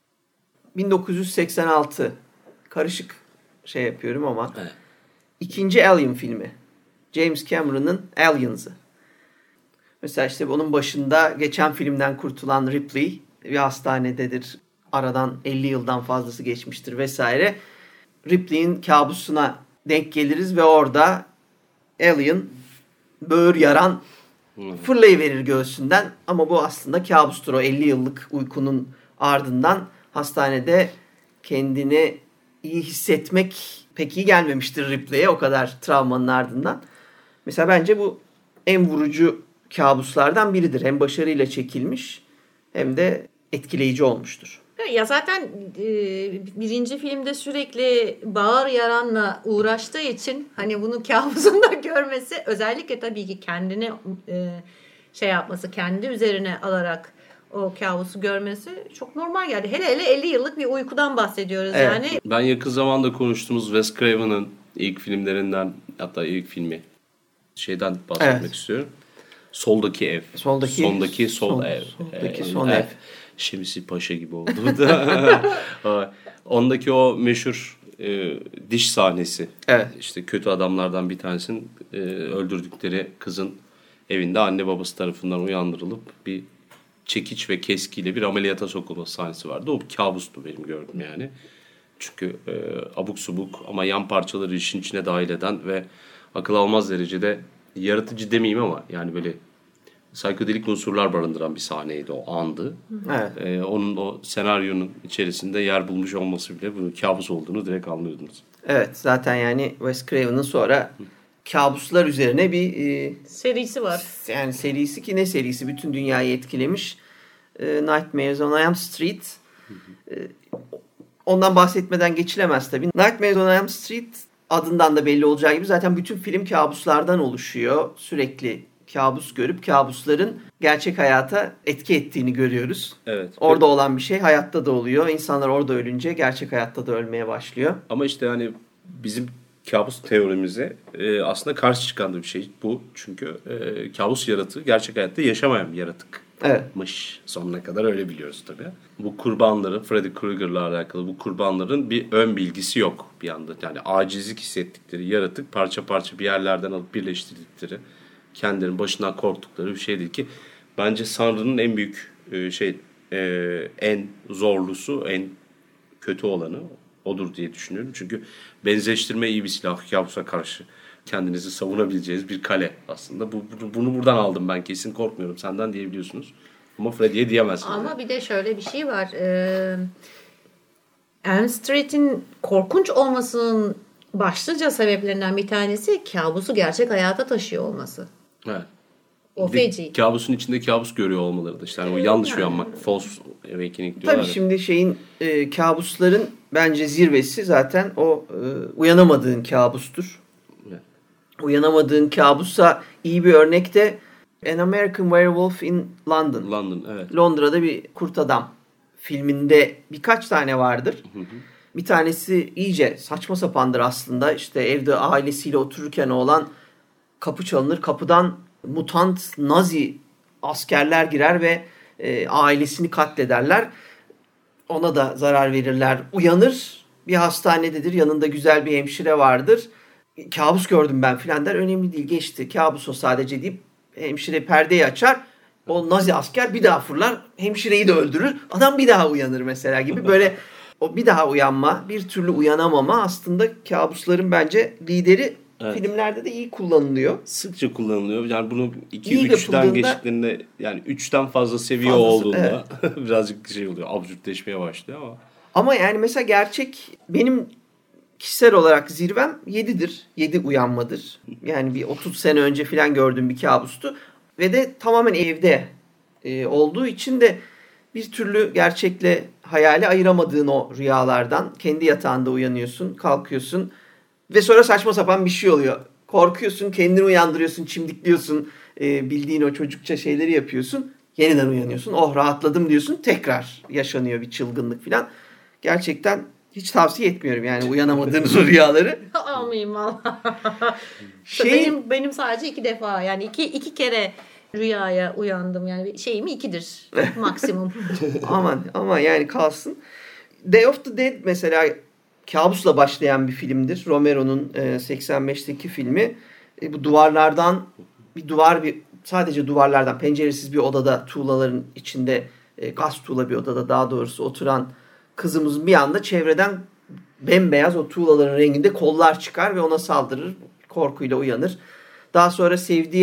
1986, karışık şey yapıyorum ama Evet. ikinci Alien filmi. James Cameron'ın Aliens'ı. Mesela işte onun başında geçen filmden kurtulan Ripley bir hastanededir. Aradan 50 yıldan fazlası geçmiştir vesaire. Ripley'in kabusuna denk geliriz ve orada Alien böğür yaran fırlayıverir göğsünden. Ama bu aslında kabustur. O 50 yıllık uykunun ardından hastanede kendini iyi hissetmek pek iyi gelmemiştir Ripley'e o kadar travmanın ardından. Mesela bence bu en vurucu kabuslardan biridir. Hem başarıyla çekilmiş hem de etkileyici olmuştur. Ya zaten birinci filmde sürekli bağır yaranla uğraştığı için hani bunu kabusunda görmesi, özellikle tabii ki kendini şey yapması, kendi üzerine alarak o kabusu görmesi çok normal geldi. Hele 50 yıllık bir uykudan bahsediyoruz yani. Ben yakın zamanda konuştuğumuz Wes Craven'ın ilk filmlerinden, hatta ilk filmi şeyden bahsetmek istiyorum. Soldaki Ev. Sondaki Sol Ev. Soldaki Son Ev. Şemsi Paşa gibi oldu. Ondaki o meşhur diş sahnesi. Evet. İşte kötü adamlardan bir tanesinin öldürdükleri kızın evinde anne babası tarafından uyandırılıp bir çekiç ve keskiyle bir ameliyata sokulması sahnesi vardı. O bir kabustu benim gördüm yani. Çünkü abuk subuk ama yan parçaları işin içine dahil eden ve akıl almaz derecede yaratıcı demeyeyim ama yani böyle psikodelik unsurlar barındıran bir sahneydi, o andı. Evet. Onun o senaryonun içerisinde yer bulmuş olması bile bunun kabus olduğunu direkt anlıyordunuz. Evet, zaten yani Wes Craven'ın sonra kabuslar üzerine bir serisi var. Yani serisi, ki ne serisi, bütün dünyayı etkilemiş. Nightmares on Elm Street. Ondan bahsetmeden geçilemez tabii. Nightmares on Elm Street adından da belli olacağı gibi zaten bütün film kabuslardan oluşuyor. Sürekli kabus görüp kabusların gerçek hayata etki ettiğini görüyoruz. Evet. Orada olan bir şey hayatta da oluyor. İnsanlar orada ölünce gerçek hayatta da ölmeye başlıyor. Ama işte hani bizim kabus teorimize aslında karşı çıkan da bir şey bu. Çünkü kabus yaratığı gerçek hayatta yaşamayan bir yaratıkmış. Evet. Sonuna kadar öyle biliyoruz tabii. Bu kurbanların, Freddy Krueger'la alakalı bu kurbanların bir ön bilgisi yok bir anda. Yani acizlik hissettikleri yaratık parça parça bir yerlerden alıp birleştirdikleri, kendilerinin başından korktukları bir şey değil ki. Bence Sanrı'nın en büyük en zorlusu, en kötü olanı odur diye düşünüyorum. Çünkü benzeştirme iyi bir silah, kabusa karşı kendinizi savunabileceğiniz bir kale aslında. Bunu buradan aldım ben, kesin korkmuyorum senden diyebiliyorsunuz. Ama Freddy'ye diyemezsiniz. Ama bir de şöyle bir şey var. Elm Street'in korkunç olmasının başlıca sebeplerinden bir tanesi kabusu gerçek hayata taşıyor olması. Evet. O feci. Kabusun içinde kabus görüyor olmaları da işte. Yani o yanlış uyanmak. False awakening diyorlar. Tabii şimdi kabusların bence zirvesi zaten o uyanamadığın kabustur. Evet. Uyanamadığın kabusa iyi bir örnek de An American Werewolf in London. London, evet. Londra'da bir kurt adam filminde birkaç tane vardır. Bir tanesi iyice saçma sapandır aslında. İşte evde ailesiyle otururken oğlan kapı çalınır. Kapıdan mutant Nazi askerler girer ve ailesini katlederler. Ona da zarar verirler. Uyanır, bir hastanededir. Yanında güzel bir hemşire vardır. Kabus gördüm ben filan der. Önemli değil, geçti. Kabus o sadece deyip hemşire perdeyi açar. O Nazi asker bir daha fırlar. Hemşireyi de öldürür. Adam bir daha uyanır mesela gibi. Böyle o bir daha uyanma, bir türlü uyanamama aslında kabusların bence lideri. Evet. Filmlerde de iyi kullanılıyor. Sıkça kullanılıyor. Yani bunu 2-3'ten geçtiklerinde, yani 3'ten fazla seviye olduğunda evet. Birazcık şey oluyor. Absürtleşmeye başlıyor ama. Ama yani mesela gerçek, benim kişisel olarak zirvem 7'dir. 7 uyanmadır. Yani bir 30 sene önce falan gördüğüm bir kabustu. Ve de tamamen evde olduğu için de bir türlü gerçekle hayali ayıramadığın o rüyalardan kendi yatağında uyanıyorsun, kalkıyorsun. Ve sonra saçma sapan bir şey oluyor. Korkuyorsun, kendini uyandırıyorsun, çimdikliyorsun. Bildiğin o çocukça şeyleri yapıyorsun. Yeniden uyanıyorsun. Oh, rahatladım diyorsun. Tekrar yaşanıyor bir çılgınlık falan. Gerçekten hiç tavsiye etmiyorum yani uyanamadığınız o rüyaları. Almayayım valla. Benim sadece 2 defa, yani iki kere rüyaya uyandım. Yani şeyim 2'dir maksimum. Ama yani kalsın. Day of the Dead mesela kabusla başlayan bir filmdir. Romero'nun 85'teki filmi. Bu duvarlardan sadece duvarlardan, penceresiz bir odada, tuğlaların içinde, gaz tuğla bir odada daha doğrusu oturan kızımız bir anda çevreden bembeyaz o tuğlaların renginde kollar çıkar ve ona saldırır. Korkuyla uyanır. Daha sonra sevdiği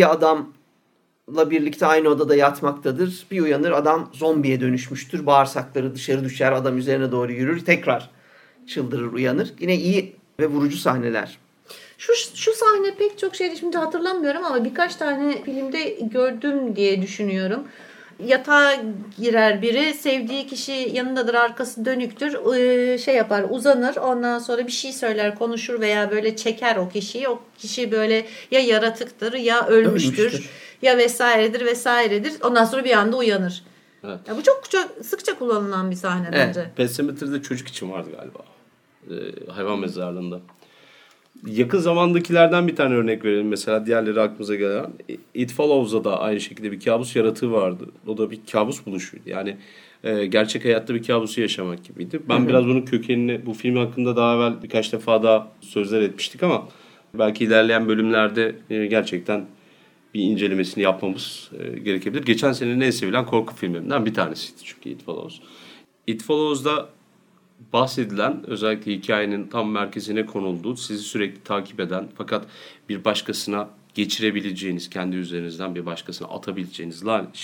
adamla birlikte aynı odada yatmaktadır. Bir uyanır, adam zombiye dönüşmüştür. Bağırsakları dışarı düşer, adam üzerine doğru yürür. Tekrar çıldırır, uyanır. Yine iyi ve vurucu sahneler. Şu sahne pek çok şeydi, şimdi hatırlamıyorum ama birkaç tane filmde gördüm diye düşünüyorum. Yatağa girer biri, sevdiği kişi yanındadır, arkası dönüktür, şey yapar, uzanır, ondan sonra bir şey söyler, konuşur veya böyle çeker o kişiyi. O kişi böyle ya yaratıktır ya ölmüştür. Ya vesairedir. Ondan sonra bir anda uyanır. Evet. Ya bu çok sıkça kullanılan bir sahne bence. Pet Sematry'de çocuk için vardı galiba. Hayvan mezarlığında. Yakın zamandakilerden bir tane örnek verelim. Mesela diğerleri aklımıza gelen. It Follows'da da aynı şekilde bir kabus yaratığı vardı. O da bir kabus buluşuydu. Yani gerçek hayatta bir kabusu yaşamak gibiydi. Ben biraz bunun kökenini bu film hakkında daha evvel birkaç defa daha sözler etmiştik ama belki ilerleyen bölümlerde gerçekten bir incelemesini yapmamız gerekebilir. Geçen senenin en sevilen korku filmlerinden bir tanesiydi çünkü It Follows. It Follows'da bahsedilen, özellikle hikayenin tam merkezine konulduğu, sizi sürekli takip eden fakat bir başkasına geçirebileceğiniz, kendi üzerinizden bir başkasına atabileceğiniz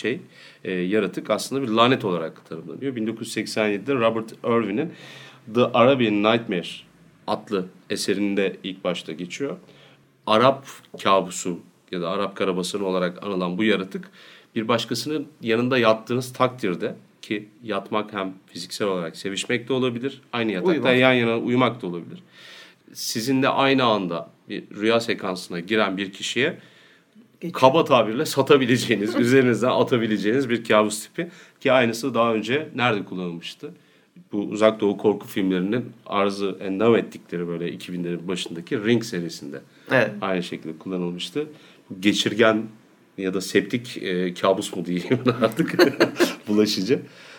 yaratık aslında bir lanet olarak tanımlanıyor. 1987'de Robert Irwin'in The Arabian Nightmare adlı eserinde ilk başta geçiyor. Arap kabusu ya da Arap karabasanı olarak anılan bu yaratık bir başkasının yanında yattığınız takdirde, ki yatmak hem fiziksel olarak sevişmek de olabilir, aynı yatakta yan yana uyumak da olabilir. Sizinle aynı anda bir rüya sekansına giren bir kişiye kaba tabirle satabileceğiniz, üzerinizden atabileceğiniz bir kabus tipi, ki aynısı daha önce nerede kullanılmıştı? Bu Uzak Doğu korku filmlerinin arzı endam ettikleri böyle 2000'lerin başındaki Ring serisinde aynı şekilde kullanılmıştı. Geçirgen ya da septik kabus mu diyeyim artık bulaşıcı.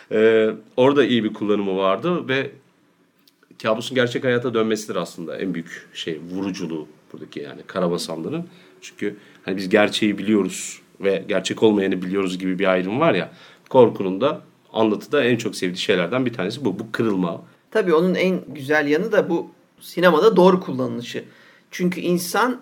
Orada iyi bir kullanımı vardı ve kabusun gerçek hayata dönmesidir aslında en büyük vuruculuğu buradaki, yani karabasanların. Çünkü hani biz gerçeği biliyoruz ve gerçek olmayanı biliyoruz gibi bir ayrım var ya, korkunun da anlatıda en çok sevdiği şeylerden bir tanesi bu kırılma. Tabii onun en güzel yanı da bu sinemada doğru kullanılışı. Çünkü insan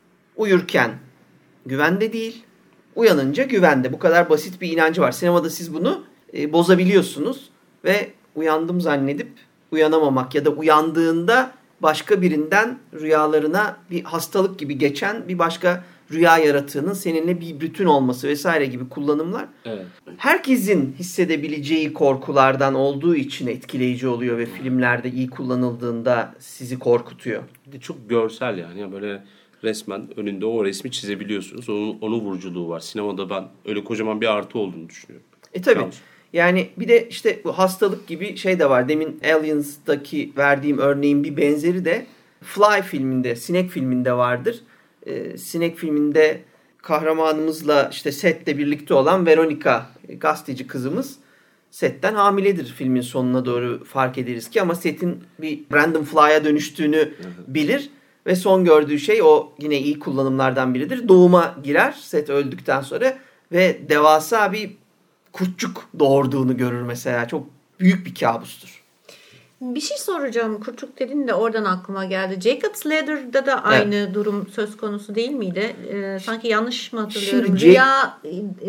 uyurken güvende değil, uyanınca güvende. Bu kadar basit bir inancı var. Sinemada siz bunu bozabiliyorsunuz ve uyandım zannedip uyanamamak ya da uyandığında başka birinden rüyalarına bir hastalık gibi geçen bir başka rüya yaratığının seninle bir bütün olması vesaire gibi kullanımlar. Evet. Herkesin hissedebileceği korkulardan olduğu için etkileyici oluyor ve filmlerde iyi kullanıldığında sizi korkutuyor. Bir de çok görsel yani böyle resmen önünde o resmi çizebiliyorsunuz. Onun vuruculuğu var. Sinemada ben öyle kocaman bir artı olduğunu düşünüyorum. Tabii. Yani bir de işte bu hastalık gibi şey de var. Demin Aliens'daki verdiğim örneğin bir benzeri de Fly filminde, Sinek filminde vardır. Sinek filminde kahramanımızla işte setle birlikte olan Veronica, gazeteci kızımız setten hamiledir filmin sonuna doğru fark ederiz ki, ama setin bir Brandon Fly'a dönüştüğünü bilir ve son gördüğü şey o yine iyi kullanımlardan biridir. Doğuma girer set öldükten sonra ve devasa bir kurtçuk doğurduğunu görür mesela. Çok büyük bir kabustur. Bir şey soracağım. Kurtçuk dedin de oradan aklıma geldi. Jacob's Ladder'da da aynı durum söz konusu değil miydi? Sanki yanlış mı hatırlıyorum? Şimdi Rüya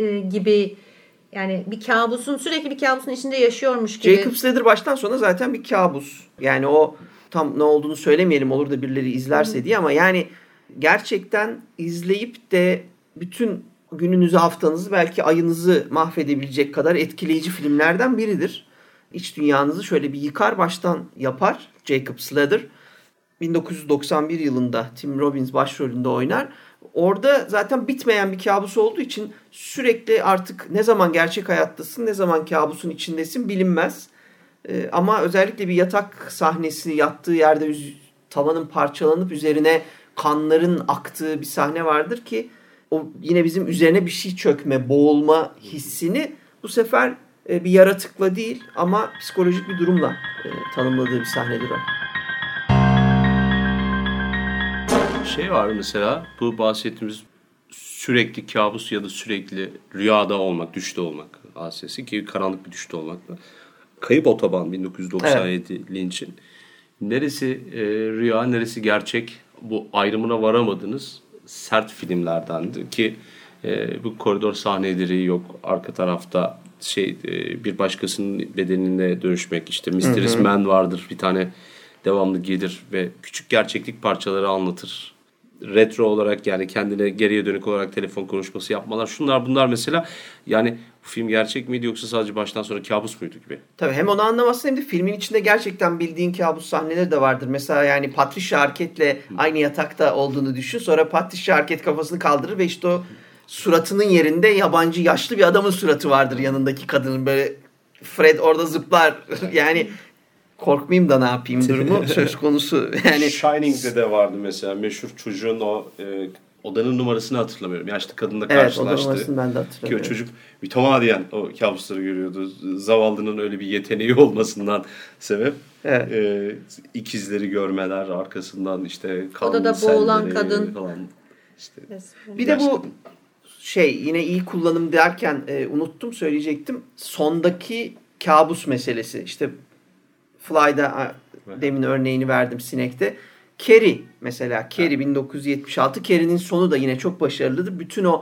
gibi, yani bir kabusun, sürekli bir kabusun içinde yaşıyormuş gibi. Jacob's Ladder baştan sona zaten bir kabus. Yani o tam ne olduğunu söylemeyelim, olur da birileri izlerse diye, ama yani gerçekten izleyip de bütün gününüzü, haftanızı, belki ayınızı mahvedebilecek kadar etkileyici filmlerden biridir. İç dünyanızı şöyle bir yıkar baştan yapar Jacob's Ladder. 1991 yılında Tim Robbins başrolünde oynar. Orada zaten bitmeyen bir kabus olduğu için sürekli artık ne zaman gerçek hayattasın, ne zaman kabusun içindesin bilinmez. Ama özellikle bir yatak sahnesi, yattığı yerde tavanın parçalanıp üzerine kanların aktığı bir sahne vardır ki o yine bizim üzerine bir şey çökme, boğulma hissini bu sefer bir yaratıkla değil ama psikolojik bir durumla tanımladığı bir sahnedir o. Şey var mesela, bu bahsettiğimiz sürekli kabus ya da sürekli rüyada olmak, düşte olmak hadisesi, ki karanlık bir düşte olmakla. Kayıp Otoban 1997 Lynch'in. neresi rüya, neresi gerçek bu ayrımına varamadınız sert filmlerdendi ki bu koridor sahneleri yok. Arka tarafta bir başkasının bedenine dönüşmek, işte Mysterious Man vardır, bir tane devamlı gelir ve küçük gerçeklik parçaları anlatır. Retro olarak, yani kendine geriye dönük olarak telefon konuşması yapmalar, şunlar bunlar mesela, yani bu film gerçek miydi yoksa sadece baştan sonra kabus muydu gibi. Tabii hem onu anlamazsın hem de filmin içinde gerçekten bildiğin kabus sahneleri de vardır. Mesela yani Patricia Arquette'le aynı yatakta olduğunu düşün. Sonra Patricia Arquette kafasını kaldırır ve işte o suratının yerinde yabancı yaşlı bir adamın suratı vardır yanındaki kadının. Böyle Fred orada zıplar. Yani korkmayayım da ne yapayım durumu söz konusu. Yani Shining'de de vardı mesela meşhur çocuğun o odanın numarasını hatırlamıyorum. Yaşlı kadınla karşılaştı. Evet, odanın numarasını ben de hatırlamıyorum. Ki o çocuk mütemadiyen o kabusları görüyordu. Zavallının öyle bir yeteneği olmasından sebep. Evet. İkizleri görmeler, arkasından işte odada boğulan kadın falan. İşte bir de bu yine iyi kullanım derken unuttum, söyleyecektim. Sondaki kabus meselesi. İşte Fly'da demin örneğini verdim, Sinek'te. Carrie mesela. Carrie 1976. Carrie'nin sonu da yine çok başarılıdır. Bütün o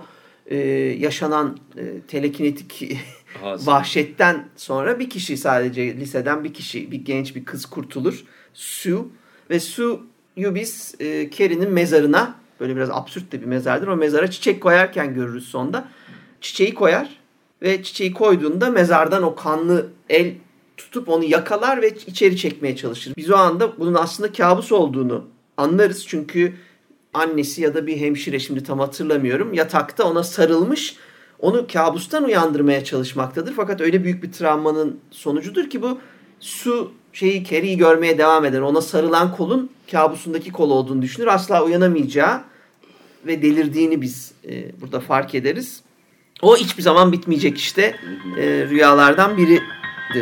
yaşanan telekinetik vahşetten sonra bir kişi, sadece liseden bir kişi, bir genç bir kız kurtulur. Sue. Ve Sue'yu biz Carrie'nin mezarına, böyle biraz absürt de bir mezardır, o mezara çiçek koyarken görürüz sonda. Çiçeği koyar ve çiçeği koyduğunda mezardan o kanlı el tutup onu yakalar ve içeri çekmeye çalışır. Biz o anda bunun aslında kabus olduğunu anlarız. Çünkü annesi ya da bir hemşire, şimdi tam hatırlamıyorum, yatakta ona sarılmış, onu kabustan uyandırmaya çalışmaktadır. Fakat öyle büyük bir travmanın sonucudur ki bu Carrie'yi görmeye devam eder. Ona sarılan kolun kabusundaki kol olduğunu düşünür. Asla uyanamayacağı ve delirdiğini biz burada fark ederiz. O hiçbir zaman bitmeyecek işte rüyalardan biridir.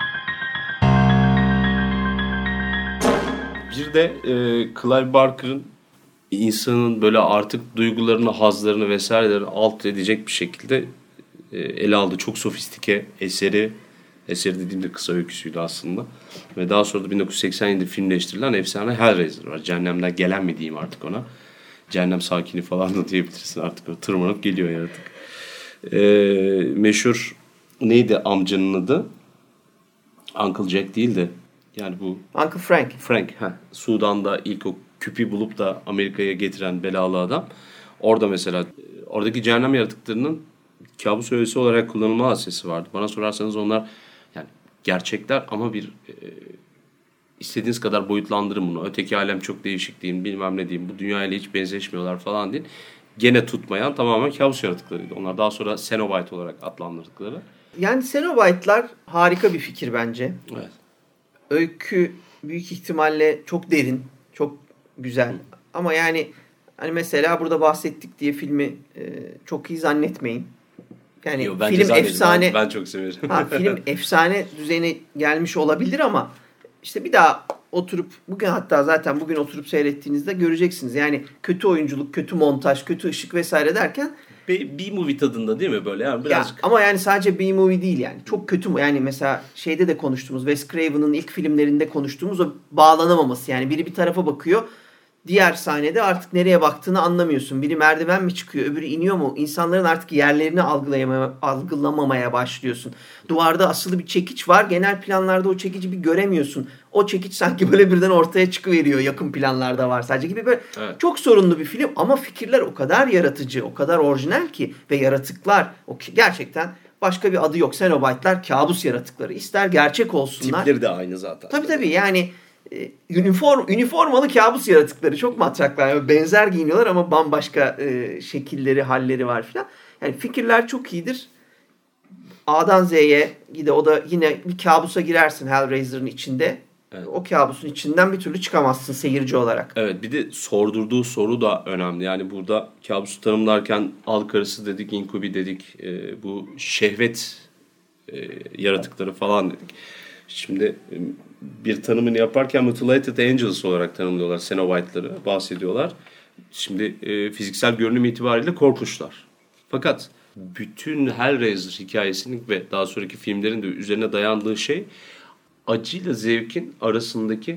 Bir de Clive Barker'ın insanın böyle artık duygularını, hazlarını vesairelerini alt edecek bir şekilde ele aldığı çok sofistike eseri dediğimde kısa öyküsüydü aslında. Ve daha sonra da 1987'de filmleştirilen efsane Hellraiser var. Cehennemden gelen mi diyeyim artık ona. Cehennem sakini falan da diyebilirsin artık. O tırmanıp geliyor yaratık. Meşhur neydi amcanın adı? Uncle Jack değil de yani bu Uncle Frank. Frank. Sudan'da ilk o küpü bulup da Amerika'ya getiren belalı adam. Orada mesela oradaki cehennem yaratıklarının kabus öğesi olarak kullanılma hadisesi vardı. Bana sorarsanız onlar yani gerçekler ama bir istediğiniz kadar boyutlandırın bunu. Öteki alem çok değişik deyin, bilmem ne diyeyim. Bu dünyayla hiç benzeşmiyorlar falan deyin. Gene tutmayan tamamen kabus yaratıklarıydı. Onlar daha sonra Cenobite olarak adlandırdıkları. Yani Cenobite'lar harika bir fikir bence. Evet. Öykü büyük ihtimalle çok derin, çok güzel. Ama yani hani mesela burada bahsettik diye filmi çok iyi zannetmeyin. Yani Yo, film efsane. Ben çok severim. Film efsane düzeyine gelmiş olabilir ama işte bir daha oturup bugün oturup seyrettiğinizde göreceksiniz. Yani kötü oyunculuk, kötü montaj, kötü ışık vesaire derken B-movie tadında değil mi böyle? Yani birazcık. ama yani sadece B-movie değil yani. Çok kötü mü? Yani mesela şeyde de konuştuğumuz, Wes Craven'ın ilk filmlerinde konuştuğumuz o bağlanamaması. Yani biri bir tarafa bakıyor. Diğer sahnede artık nereye baktığını anlamıyorsun. Biri merdiven mi çıkıyor, öbürü iniyor mu? İnsanların artık yerlerini algılamamaya başlıyorsun. Duvarda asılı bir çekiç var. Genel planlarda o çekici bir göremiyorsun. O çekiç sanki böyle birden ortaya çıkıveriyor. Yakın planlarda var sadece gibi böyle. Evet. Çok sorunlu bir film ama fikirler o kadar yaratıcı, o kadar orijinal ki ve yaratıklar gerçekten başka bir adı yok. Cenobite'lar kabus yaratıkları. İster gerçek olsunlar. Tipleri de aynı zaten. Tabii yani üniformalı kabus yaratıkları, çok matraklar. Yani benzer giyiniyorlar ama bambaşka şekilleri, halleri var filan. Yani fikirler çok iyidir. A'dan Z'ye o da yine bir kabusa girersin Hellraiser'ın içinde. Evet. O kabusun içinden bir türlü çıkamazsın seyirci olarak. Evet, bir de sordurduğu soru da önemli. Yani burada kabusu tanımlarken halk arası dedik, inkubi dedik, bu şehvet yaratıkları falan dedik. Şimdi bir tanımını yaparken Mutilated Angels olarak tanımlıyorlar Cenobite'ları, bahsediyorlar. Şimdi fiziksel görünüm itibariyle korkunçlar. Fakat bütün Hellraiser hikayesinin ve daha sonraki filmlerin de üzerine dayandığı şey acıyla zevkin arasındaki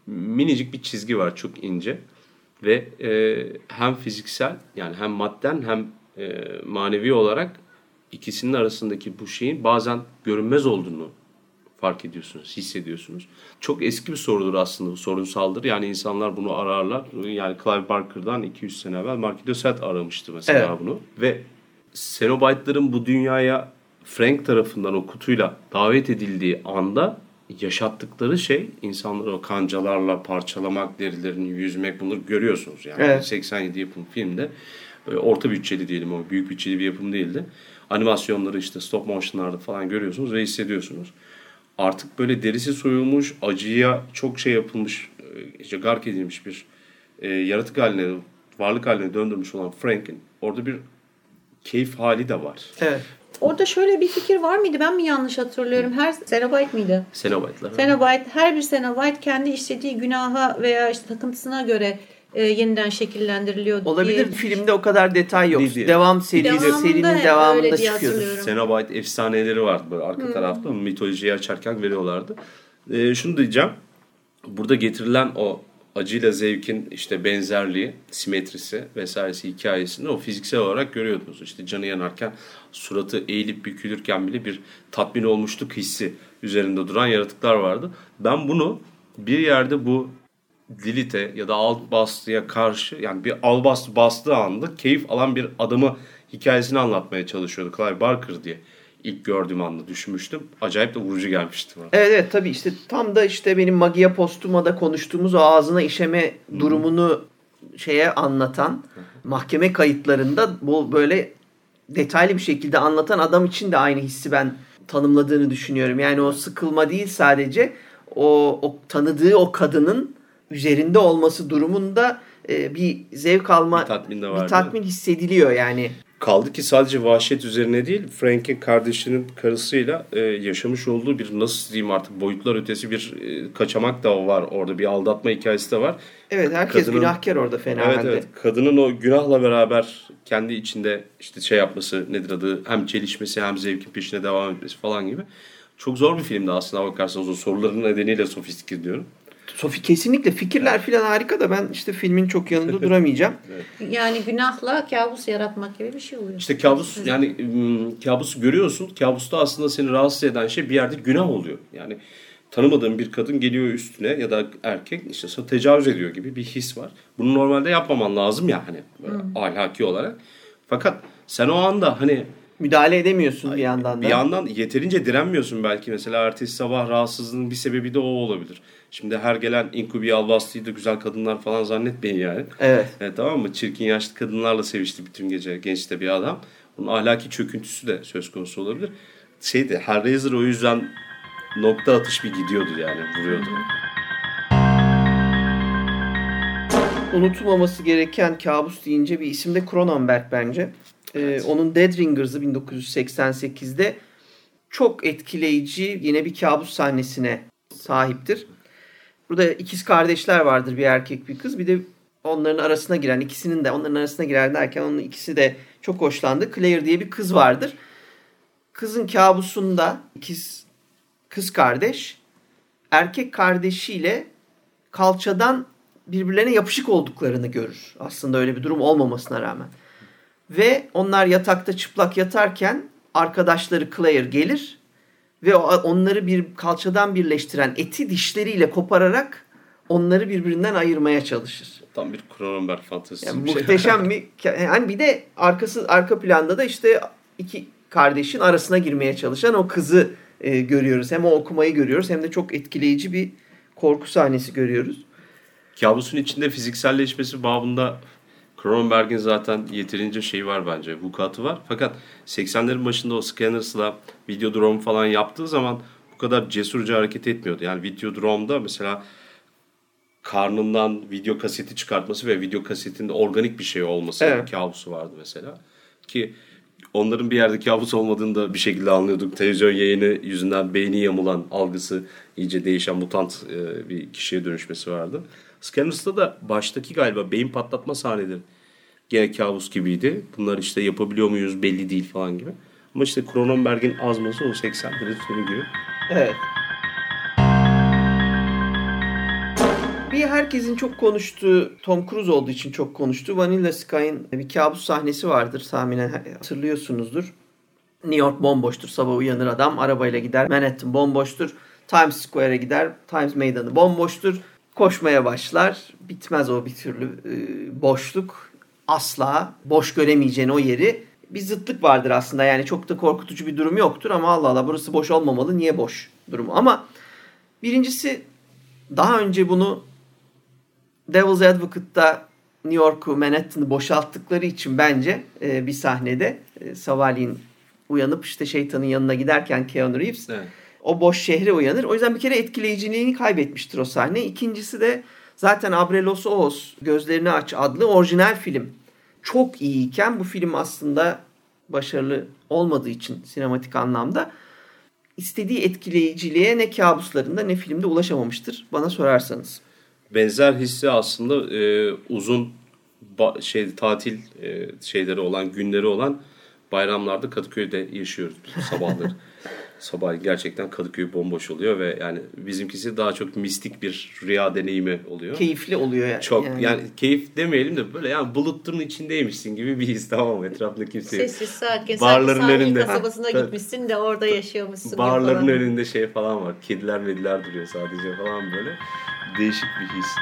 minicik bir çizgi var, çok ince. Ve hem fiziksel, yani hem madden hem manevi olarak ikisinin arasındaki bu şeyin bazen görünmez olduğunu fark ediyorsunuz, hissediyorsunuz. Çok eski bir sorudur aslında, bu sorunsaldır. Yani insanlar bunu ararlar. Yani Clive Barker'dan 200 sene evvel Marquis de Sade aramıştı mesela bunu. Ve Cenobite'ların bu dünyaya Frank tarafından o kutuyla davet edildiği anda yaşattıkları şey, insanları o kancalarla parçalamak, derilerini yüzmek, bunları görüyorsunuz. Yani 87 yapım filmde orta bütçeli diyelim, o büyük bütçeli bir yapım değildi. Animasyonları işte stop motion'larda falan görüyorsunuz ve hissediyorsunuz. Artık böyle derisi soyulmuş, acıya çok şey yapılmış, işte gark edilmiş bir yaratık haline, varlık haline döndürmüş olan Frank'in orada bir keyif hali de var. Evet. Orada şöyle bir fikir var mıydı? Ben mi yanlış hatırlıyorum? Her Cenobite miydi? Cenobite'lar. Cenobite, her bir Cenobite kendi işlediği günaha veya işte takıntısına göre yeniden şekillendiriliyor. Olabilir. Filmde o kadar detay yok. Değil. Devam serinin devamında çıkıyordu. Cenobite efsaneleri vardı böyle arka tarafta. Mitolojiyi açarken veriyorlardı. Şunu diyeceğim. Burada getirilen o acıyla zevkin işte benzerliği, simetrisi vesairesi hikayesini o fiziksel olarak görüyordunuz. İşte canı yanarken suratı eğilip bükülürken bile bir tatmin olmuşluk hissi üzerinde duran yaratıklar vardı. Ben bunu bir yerde bu Lilith'e ya da Albastı'ya karşı, yani bir Albastı bastığı anda keyif alan bir adamı hikayesini anlatmaya çalışıyordu Clive Barker diye. İlk gördüğüm anda düşünmüştüm. Acayip de vurucu gelmişti bana. Evet tabii işte tam da işte benim Magia Posthuma'da konuştuğumuz o ağzına işeme durumunu anlatan, mahkeme kayıtlarında bu böyle detaylı bir şekilde anlatan adam için de aynı hissi ben tanımladığını düşünüyorum. Yani o sıkılma değil, sadece o tanıdığı o kadının üzerinde olması durumunda bir zevk alma, bir tatmin hissediliyor yani. Kaldı ki sadece vahşet üzerine değil, Frank'in kardeşinin karısıyla yaşamış olduğu bir, nasıl diyeyim artık, boyutlar ötesi bir kaçamak da var orada, bir aldatma hikayesi de var. Evet, herkes günahkar orada fena halde. Evet, kadının o günahla beraber kendi içinde işte yapması, nedir adı, hem çelişmesi hem zevkin peşine devam etmesi falan gibi. Çok zor bir filmdi aslında bakarsanız, o soruların nedeniyle sofistike diyorum. Kesinlikle fikirler filan harika da ben işte filmin çok yanında duramayacağım. Evet. Yani günahla kabus yaratmak gibi bir şey oluyor. İşte kabus, yani kabusu görüyorsun. Kabusta aslında seni rahatsız eden şey bir yerde günah oluyor. Yani tanımadığın bir kadın geliyor üstüne ya da erkek işte sana tecavüz ediyor gibi bir his var. Bunu normalde yapmaman lazım ya hani ahlaki olarak. Fakat sen o anda hani müdahale edemiyorsun bir yandan da. Bir yandan yeterince direnmiyorsun belki. Mesela ertesi sabah rahatsızlığın bir sebebi de o olabilir. Şimdi her gelen Inkubi Albastı'yı da güzel kadınlar falan zannetmeyin yani. Evet. Tamam mı? Çirkin yaşlı kadınlarla sevişti bütün gece. Genç de bir adam. Bunun ahlaki çöküntüsü de söz konusu olabilir. Hellraiser o yüzden nokta atış bir gidiyordu yani. Vuruyordu. Unutulmaması gereken kabus deyince bir isim de Cronenberg bence. Evet. Onun Dead Ringers'ı 1988'de çok etkileyici yine bir kabus sahnesine sahiptir. Burada ikiz kardeşler vardır, bir erkek bir kız. Bir de onların arasına giren, ikisinin de onların arasına girer derken onun ikisi de çok hoşlandı. Claire diye bir kız vardır. Kızın kabusunda kız kardeş erkek kardeşiyle kalçadan birbirlerine yapışık olduklarını görür. Aslında öyle bir durum olmamasına rağmen. Ve onlar yatakta çıplak yatarken arkadaşları Claire gelir ve onları bir kalçadan birleştiren eti dişleriyle kopararak onları birbirinden ayırmaya çalışır. Tam bir Cronenberg fantezisi yani bir şey. Muhteşem bir, yani bir de arka planda da işte iki kardeşin arasına girmeye çalışan o kızı görüyoruz. Hem o okumayı görüyoruz hem de çok etkileyici bir korku sahnesi görüyoruz. Kabusun içinde fizikselleşmesi babında Cronenberg'in zaten yeterince şeyi var bence, vukuatı var. Fakat 80'lerin başında o Scanners'la Videodrome falan yaptığı zaman bu kadar cesurca hareket etmiyordu. Yani Videodrome'da mesela karnından video kaseti çıkartması ve video kasetinde organik bir şey olması, evet, kabusu vardı mesela. Ki onların bir yerde kabus olmadığını da bir şekilde anlıyorduk. Televizyon yayını yüzünden beyni yamulan, algısı iyice değişen mutant bir kişiye dönüşmesi vardı. Scanners'ta da baştaki galiba beyin patlatma sahneleri gene kabus gibiydi. Bunlar işte yapabiliyor muyuz belli değil falan gibi. Ama işte Cronenberg'in azması o 80'lerin sonu gibi. Evet. Bir herkesin çok konuştuğu, Tom Cruise olduğu için çok konuştuğu Vanilla Sky'ın bir kabus sahnesi vardır. Tahminen hatırlıyorsunuzdur. New York bomboştur. Sabah uyanır adam. Arabayla gider. Manhattan bomboştur. Times Square'e gider. Times Meydanı bomboştur. Koşmaya başlar. Bitmez o bir türlü boşluk. Asla boş göremeyeceğin o yeri. Bir zıtlık vardır aslında. Yani çok da korkutucu bir durum yoktur. Ama Allah Allah burası boş olmamalı. Niye boş durumu? Ama birincisi daha önce bunu Devil's Advocate'da New York'u, Manhattan'ı boşalttıkları için bence bir sahnede sabahleyin uyanıp işte şeytanın yanına giderken Keanu Reeves o boş şehre uyanır. O yüzden bir kere etkileyiciliğini kaybetmiştir o sahne. İkincisi de zaten Abrelos Oğuz Gözlerini Aç adlı orijinal film çok iyiyken bu film aslında başarılı olmadığı için sinematik anlamda istediği etkileyiciliğe ne kabuslarında ne filmde ulaşamamıştır bana sorarsanız. Benzer hissi aslında uzun tatil şeyleri olan, günleri olan bayramlarda Kadıköy'de yaşıyoruz sabahları. Sabah gerçekten Kadıköy bomboş oluyor ve yani bizimkisi daha çok mistik bir rüya deneyimi oluyor. Keyifli oluyor yani. Çok yani keyif demeyelim de böyle yani bulutların içindeymişsin gibi bir his, tamam mı? Etrafında kimse yok. Sessiz sakin. Barların sahil önünde kasabasına gitmişsin de orada yaşıyormuşsun. Barların falan. önünde şey falan var. Kediler mediler duruyor sadece falan böyle. Değişik bir his.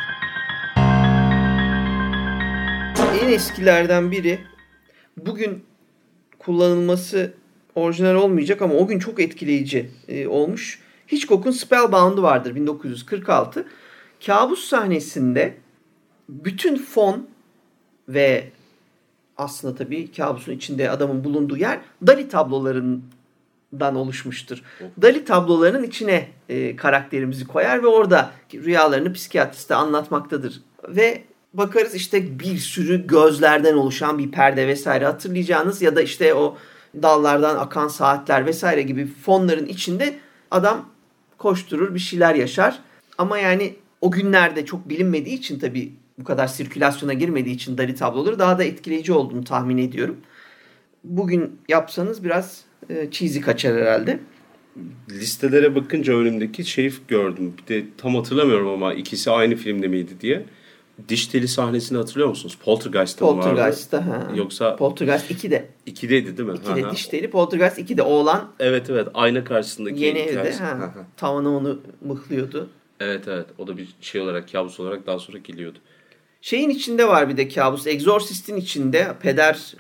En eskilerden biri bugün kullanılması orijinal olmayacak ama o gün çok etkileyici olmuş. Hitchcock'un Spellbound'u vardır 1946. Kabus sahnesinde bütün fon ve aslında tabii kabusun içinde adamın bulunduğu yer Dali tablolarından oluşmuştur. Dali tablolarının içine karakterimizi koyar ve orada rüyalarını psikiyatriste anlatmaktadır. Ve bakarız işte bir sürü gözlerden oluşan bir perde vesaire hatırlayacağınız ya da işte o dallardan akan saatler vesaire gibi fonların içinde adam koşturur, bir şeyler yaşar. Ama yani o günlerde çok bilinmediği için tabii bu kadar sirkülasyona girmediği için Dali tabloları daha da etkileyici olduğunu tahmin ediyorum. Bugün yapsanız biraz cheesy kaçar herhalde. Listelere bakınca önümdeki şey gördüm. Bir de tam hatırlamıyorum ama ikisi aynı filmde miydi diye. Diş teli sahnesini hatırlıyor musunuz? Poltergeist'ta mı vardı? Poltergeist'ta ha. Yoksa Poltergeist 2'de. 2'deydi değil mi? 2'de diş teli, Poltergeist 2'de oğlan. Evet ayna karşısındaki yeni evde tavana onu mıhlıyordu. Evet o da bir şey olarak, kabus olarak daha sonra geliyordu. Şeyin içinde var bir de kabus. Exorcist'in içinde Peder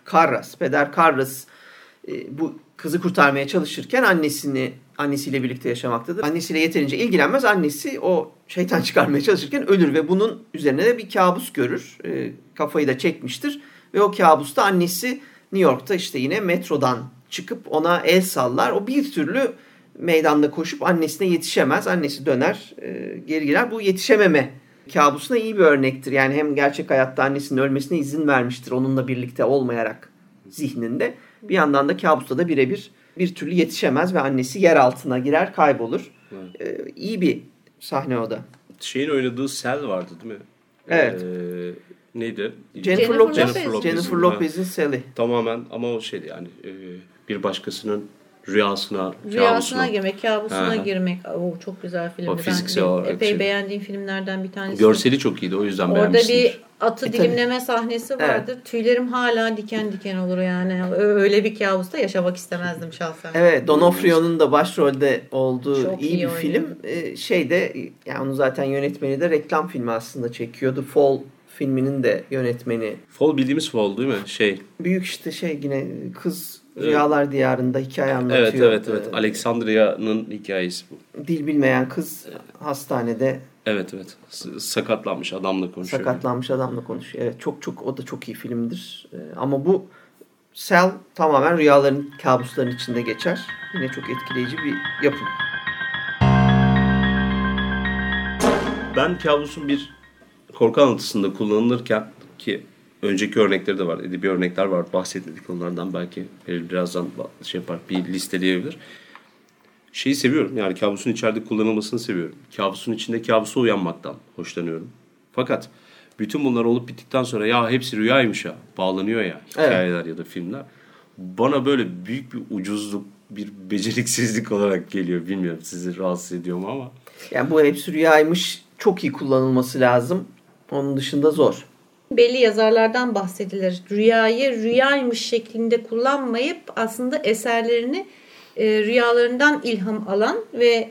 Karras bu kızı kurtarmaya çalışırken annesiyle birlikte yaşamaktadır. Annesiyle yeterince ilgilenmez. Annesi o şeytan çıkarmaya çalışırken ölür ve bunun üzerine de bir kabus görür. Kafayı da çekmiştir. Ve o kabusta annesi New York'ta işte yine metrodan çıkıp ona el sallar. O bir türlü meydanda koşup annesine yetişemez. Annesi döner, geri girer. Bu yetişememe kabusuna iyi bir örnektir. Yani hem gerçek hayatta annesinin ölmesine izin vermiştir onunla birlikte olmayarak zihninde. Bir yandan da kabusta da birebir bir türlü yetişemez ve annesi yer altına girer, kaybolur. İyi bir sahne o da. Şeyin oynadığı Sel vardı değil mi? Evet. Neydi? Jennifer Lopez'in Sal'i. Tamamen ama o şeydi yani bir başkasının rüyasına girmek, kabusuna girmek. Çok güzel film. Ben epey beğendiğim filmlerden bir tanesi. Görseli çok iyiydi, o yüzden beğenmiştim. Orada bir atı dilimleme sahnesi vardı. Evet. Tüylerim hala diken diken olur yani. Öyle bir kabusta yaşamak istemezdim şahsen. Evet, Donofrio'nun da başrolde olduğu çok iyi bir film. Yani onu zaten yönetmeni de reklam filmi aslında çekiyordu. Fall filminin de yönetmeni. Fall bildiğimiz Fall değil mi? Büyük işte yine kız Rüyalar Diyarı'nda hikaye anlatıyor. Evet. Alexandria'nın hikayesi bu. Dil bilmeyen kız hastanede. Evet. Sakatlanmış adamla konuşuyor. Evet, çok o da çok iyi filmdir. Ama bu Cell tamamen rüyaların, kabusların içinde geçer. Yine çok etkileyici bir yapım. Ben kabusun bir korku anlatısında kullanılırken ki önceki örnekleri de var, edebi örnekler var, bahsetmedik onlardan, belki birazdan bir listeleyebilir. Şeyi seviyorum, yani kabusun içeride kullanılmasını seviyorum. Kabusun içinde kabusa uyanmaktan hoşlanıyorum. Fakat bütün bunlar olup bittikten sonra ya hepsi rüyaymış ya, bağlanıyor ya hikayeler ya da filmler. Bana böyle büyük bir ucuzluk, bir beceriksizlik olarak geliyor. Bilmiyorum sizi rahatsız ediyor mu ama. Yani bu hepsi rüyaymış çok iyi kullanılması lazım. Onun dışında zor. Belli yazarlardan bahsedilir. Rüyayı rüyaymış şeklinde kullanmayıp aslında eserlerini rüyalarından ilham alan ve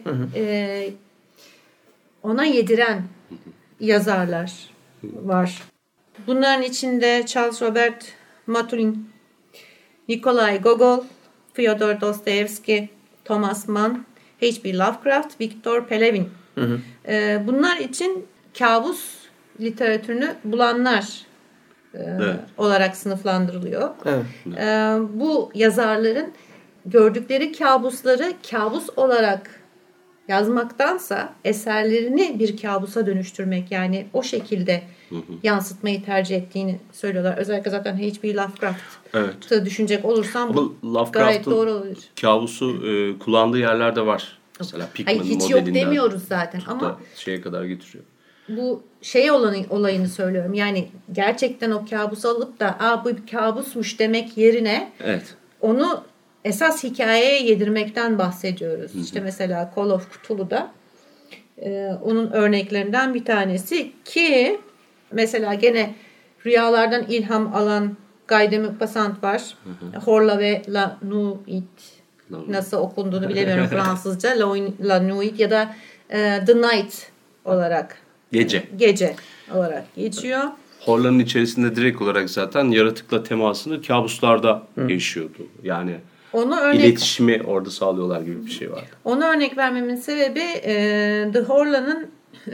ona yediren yazarlar var. Bunların içinde Charles Robert Matulin, Nikolay Gogol, Fyodor Dostoyevski, Thomas Mann, H.P. Lovecraft, Victor Pelevin. Bunlar için kabus literatürünü bulanlar olarak sınıflandırılıyor. Evet. Bu yazarların gördükleri kabusları kabus olarak yazmaktansa eserlerini bir kabusa dönüştürmek, yani o şekilde yansıtmayı tercih ettiğini söylüyorlar. Özellikle zaten H.P. Lovecraft'ı düşünecek olursam bu gayet doğru olabilir. Kabusu kullandığı yerler de var. Mesela Pickman'ın hiç modelinden. yok demiyoruz zaten ama şeye kadar getiriyor. Bu olayını söylüyorum. Yani gerçekten o kabusu alıp da bu bir kabusmuş demek yerine onu esas hikayeye yedirmekten bahsediyoruz. İşte mesela Call of Cthulhu'da onun örneklerinden bir tanesi ki mesela gene rüyalardan ilham alan Guy de Maupassant var. Horla ve La Nuit, nasıl okunduğunu bilemiyorum Fransızca. La Nuit ya da The Night olarak. Gece olarak geçiyor. Horla'nın içerisinde direkt olarak zaten yaratıkla temasını kabuslarda yaşıyordu. Yani iletişimi orada sağlıyorlar gibi bir şey var. Ona örnek vermemin sebebi The Horla'nın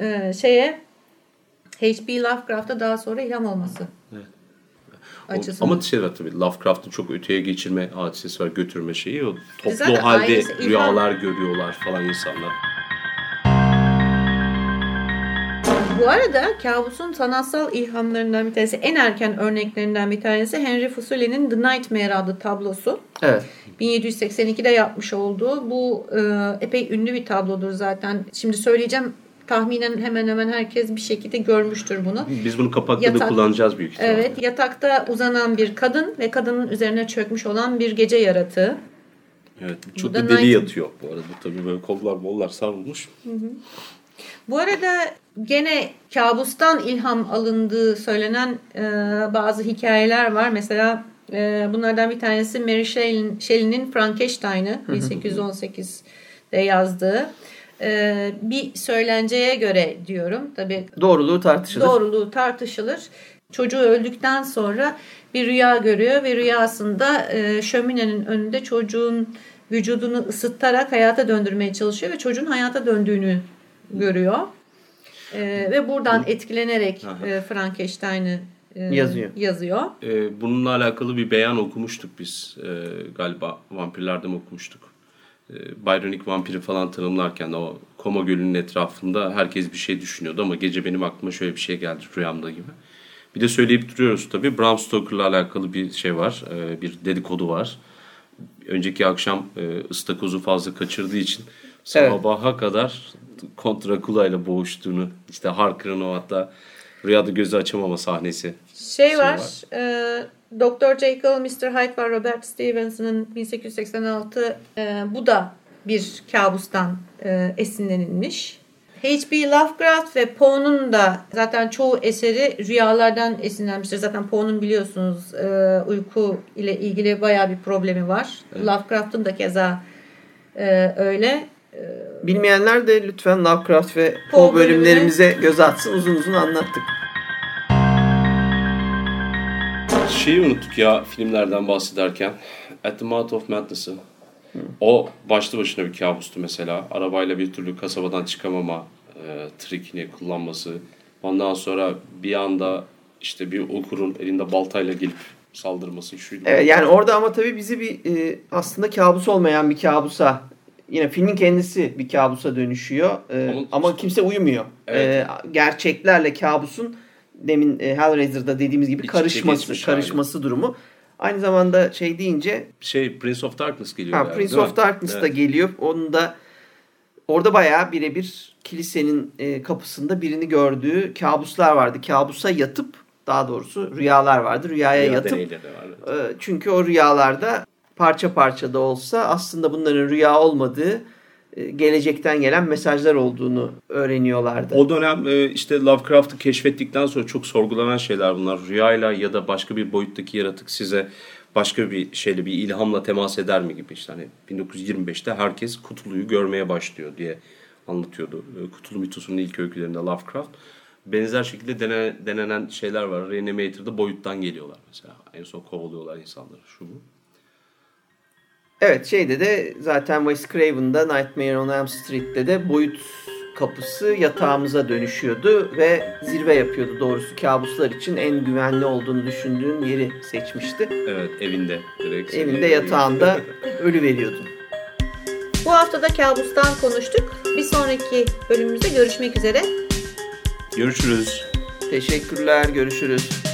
H.P. Lovecraft'a daha sonra ilham olması. Evet. Ama var tabii, Lovecraft'ın çok öteye geçirme hadisesi var, götürme şeyi. O toplu halde rüyalar görüyorlar falan insanlar. Bu arada kabusun sanatsal ilhamlarından bir tanesi, en erken örneklerinden bir tanesi Henry Fuseli'nin The Nightmare adlı tablosu. Evet. 1782'de yapmış olduğu bu epey ünlü bir tablodur zaten. Şimdi söyleyeceğim, tahminen hemen hemen herkes bir şekilde görmüştür bunu. Biz bunu kapakta da kullanacağız büyük ihtimalle. Evet, yatakta uzanan bir kadın ve kadının üzerine çökmüş olan bir gece yaratığı. Evet, çok da deli yatıyor bu arada. Tabii böyle kollar sarılmış. Bu arada gene kabustan ilham alındığı söylenen bazı hikayeler var. Mesela bunlardan bir tanesi Mary Shelley'nin Frankenstein'ı 1818'de yazdığı. Bir söylenceye göre diyorum. Tabii doğruluğu tartışılır. Çocuğu öldükten sonra bir rüya görüyor ve rüyasında şöminenin önünde çocuğun vücudunu ısıtarak hayata döndürmeye çalışıyor ve çocuğun hayata döndüğünü görüyor. Ve buradan etkilenerek Frankenstein'ı yazıyor. Bununla alakalı bir beyan okumuştuk biz. Galiba Vampirler'de mi okumuştuk? Byronic vampiri falan tanımlarken o Koma Gölü'nün etrafında herkes bir şey düşünüyordu ama gece benim aklıma şöyle bir şey geldi rüyamda gibi. Bir de söyleyip duruyoruz tabii. Bram Stoker'la alakalı bir şey var. Bir dedikodu var. Önceki akşam ıstakozu fazla kaçırdığı için sabaha kadar Kont Drakula ile boğuştuğunu, işte Harker'ın o hatta rüyada gözü açamama sahnesi. var. Dr. Jekyll, Mr. Hyde var, Robert Stevenson'ın 1886. Bu da bir kabustan esinlenilmiş. H.P. Lovecraft ve Poe'nun da zaten çoğu eseri rüyalardan esinlenmiştir. Zaten Poe'nun biliyorsunuz uyku ile ilgili bayağı bir problemi var. Evet. Lovecraft'ın da keza öyle. Bilmeyenler de lütfen Lovecraft ve Poe bölümlerimize göz atsın. Uzun uzun anlattık. Şeyi unuttuk ya filmlerden bahsederken. At the Mouth of Madness'ı. O başlı başına bir kabustu mesela. Arabayla bir türlü kasabadan çıkamama trikini kullanması. Ondan sonra bir anda işte bir okurun elinde baltayla gelip saldırması. Yani orada ama tabii bizi bir aslında kabus olmayan bir kabusa, yine filmin kendisi bir kabusa dönüşüyor. Ama kimse uyumuyor. Evet. Gerçeklerle kabusun demin Hellraiser'da dediğimiz gibi karışması durumu. Aynı zamanda deyince Prince of Darkness geliyor. Prince of Darkness da geliyor. Onun da orada bayağı birebir kilisenin kapısında birini gördüğü kabuslar vardı. Kabusa yatıp, daha doğrusu rüyalar vardı. Rüyaya yatıp çünkü o rüyalarda parça parça da olsa aslında bunların rüya olmadığı gelecekten gelen mesajlar olduğunu öğreniyorlardı. O dönem işte Lovecraft'ı keşfettikten sonra çok sorgulanan şeyler bunlar. Rüyayla ya da başka bir boyuttaki yaratık size başka bir şeyle, bir ilhamla temas eder mi gibi. İşte hani 1925'te herkes Cthulhu'yu görmeye başlıyor diye anlatıyordu. Cthulhu mitosunun ilk öykülerinde Lovecraft. Benzer şekilde denenen şeyler var. Reanimator'da boyuttan geliyorlar mesela. En son kovalıyorlar insanları. Şu bu. Evet, şeyde de zaten Wes Craven'da Nightmare on Elm Street'te de boyut kapısı yatağımıza dönüşüyordu ve zirve yapıyordu. Doğrusu kabuslar için en güvenli olduğunu düşündüğün yeri seçmişti. Evet, evinde direkt. Evinde yatağında ölü veriyordun. Bu hafta da kabustan konuştuk. Bir sonraki bölümümüzde görüşmek üzere. Görüşürüz. Teşekkürler, görüşürüz.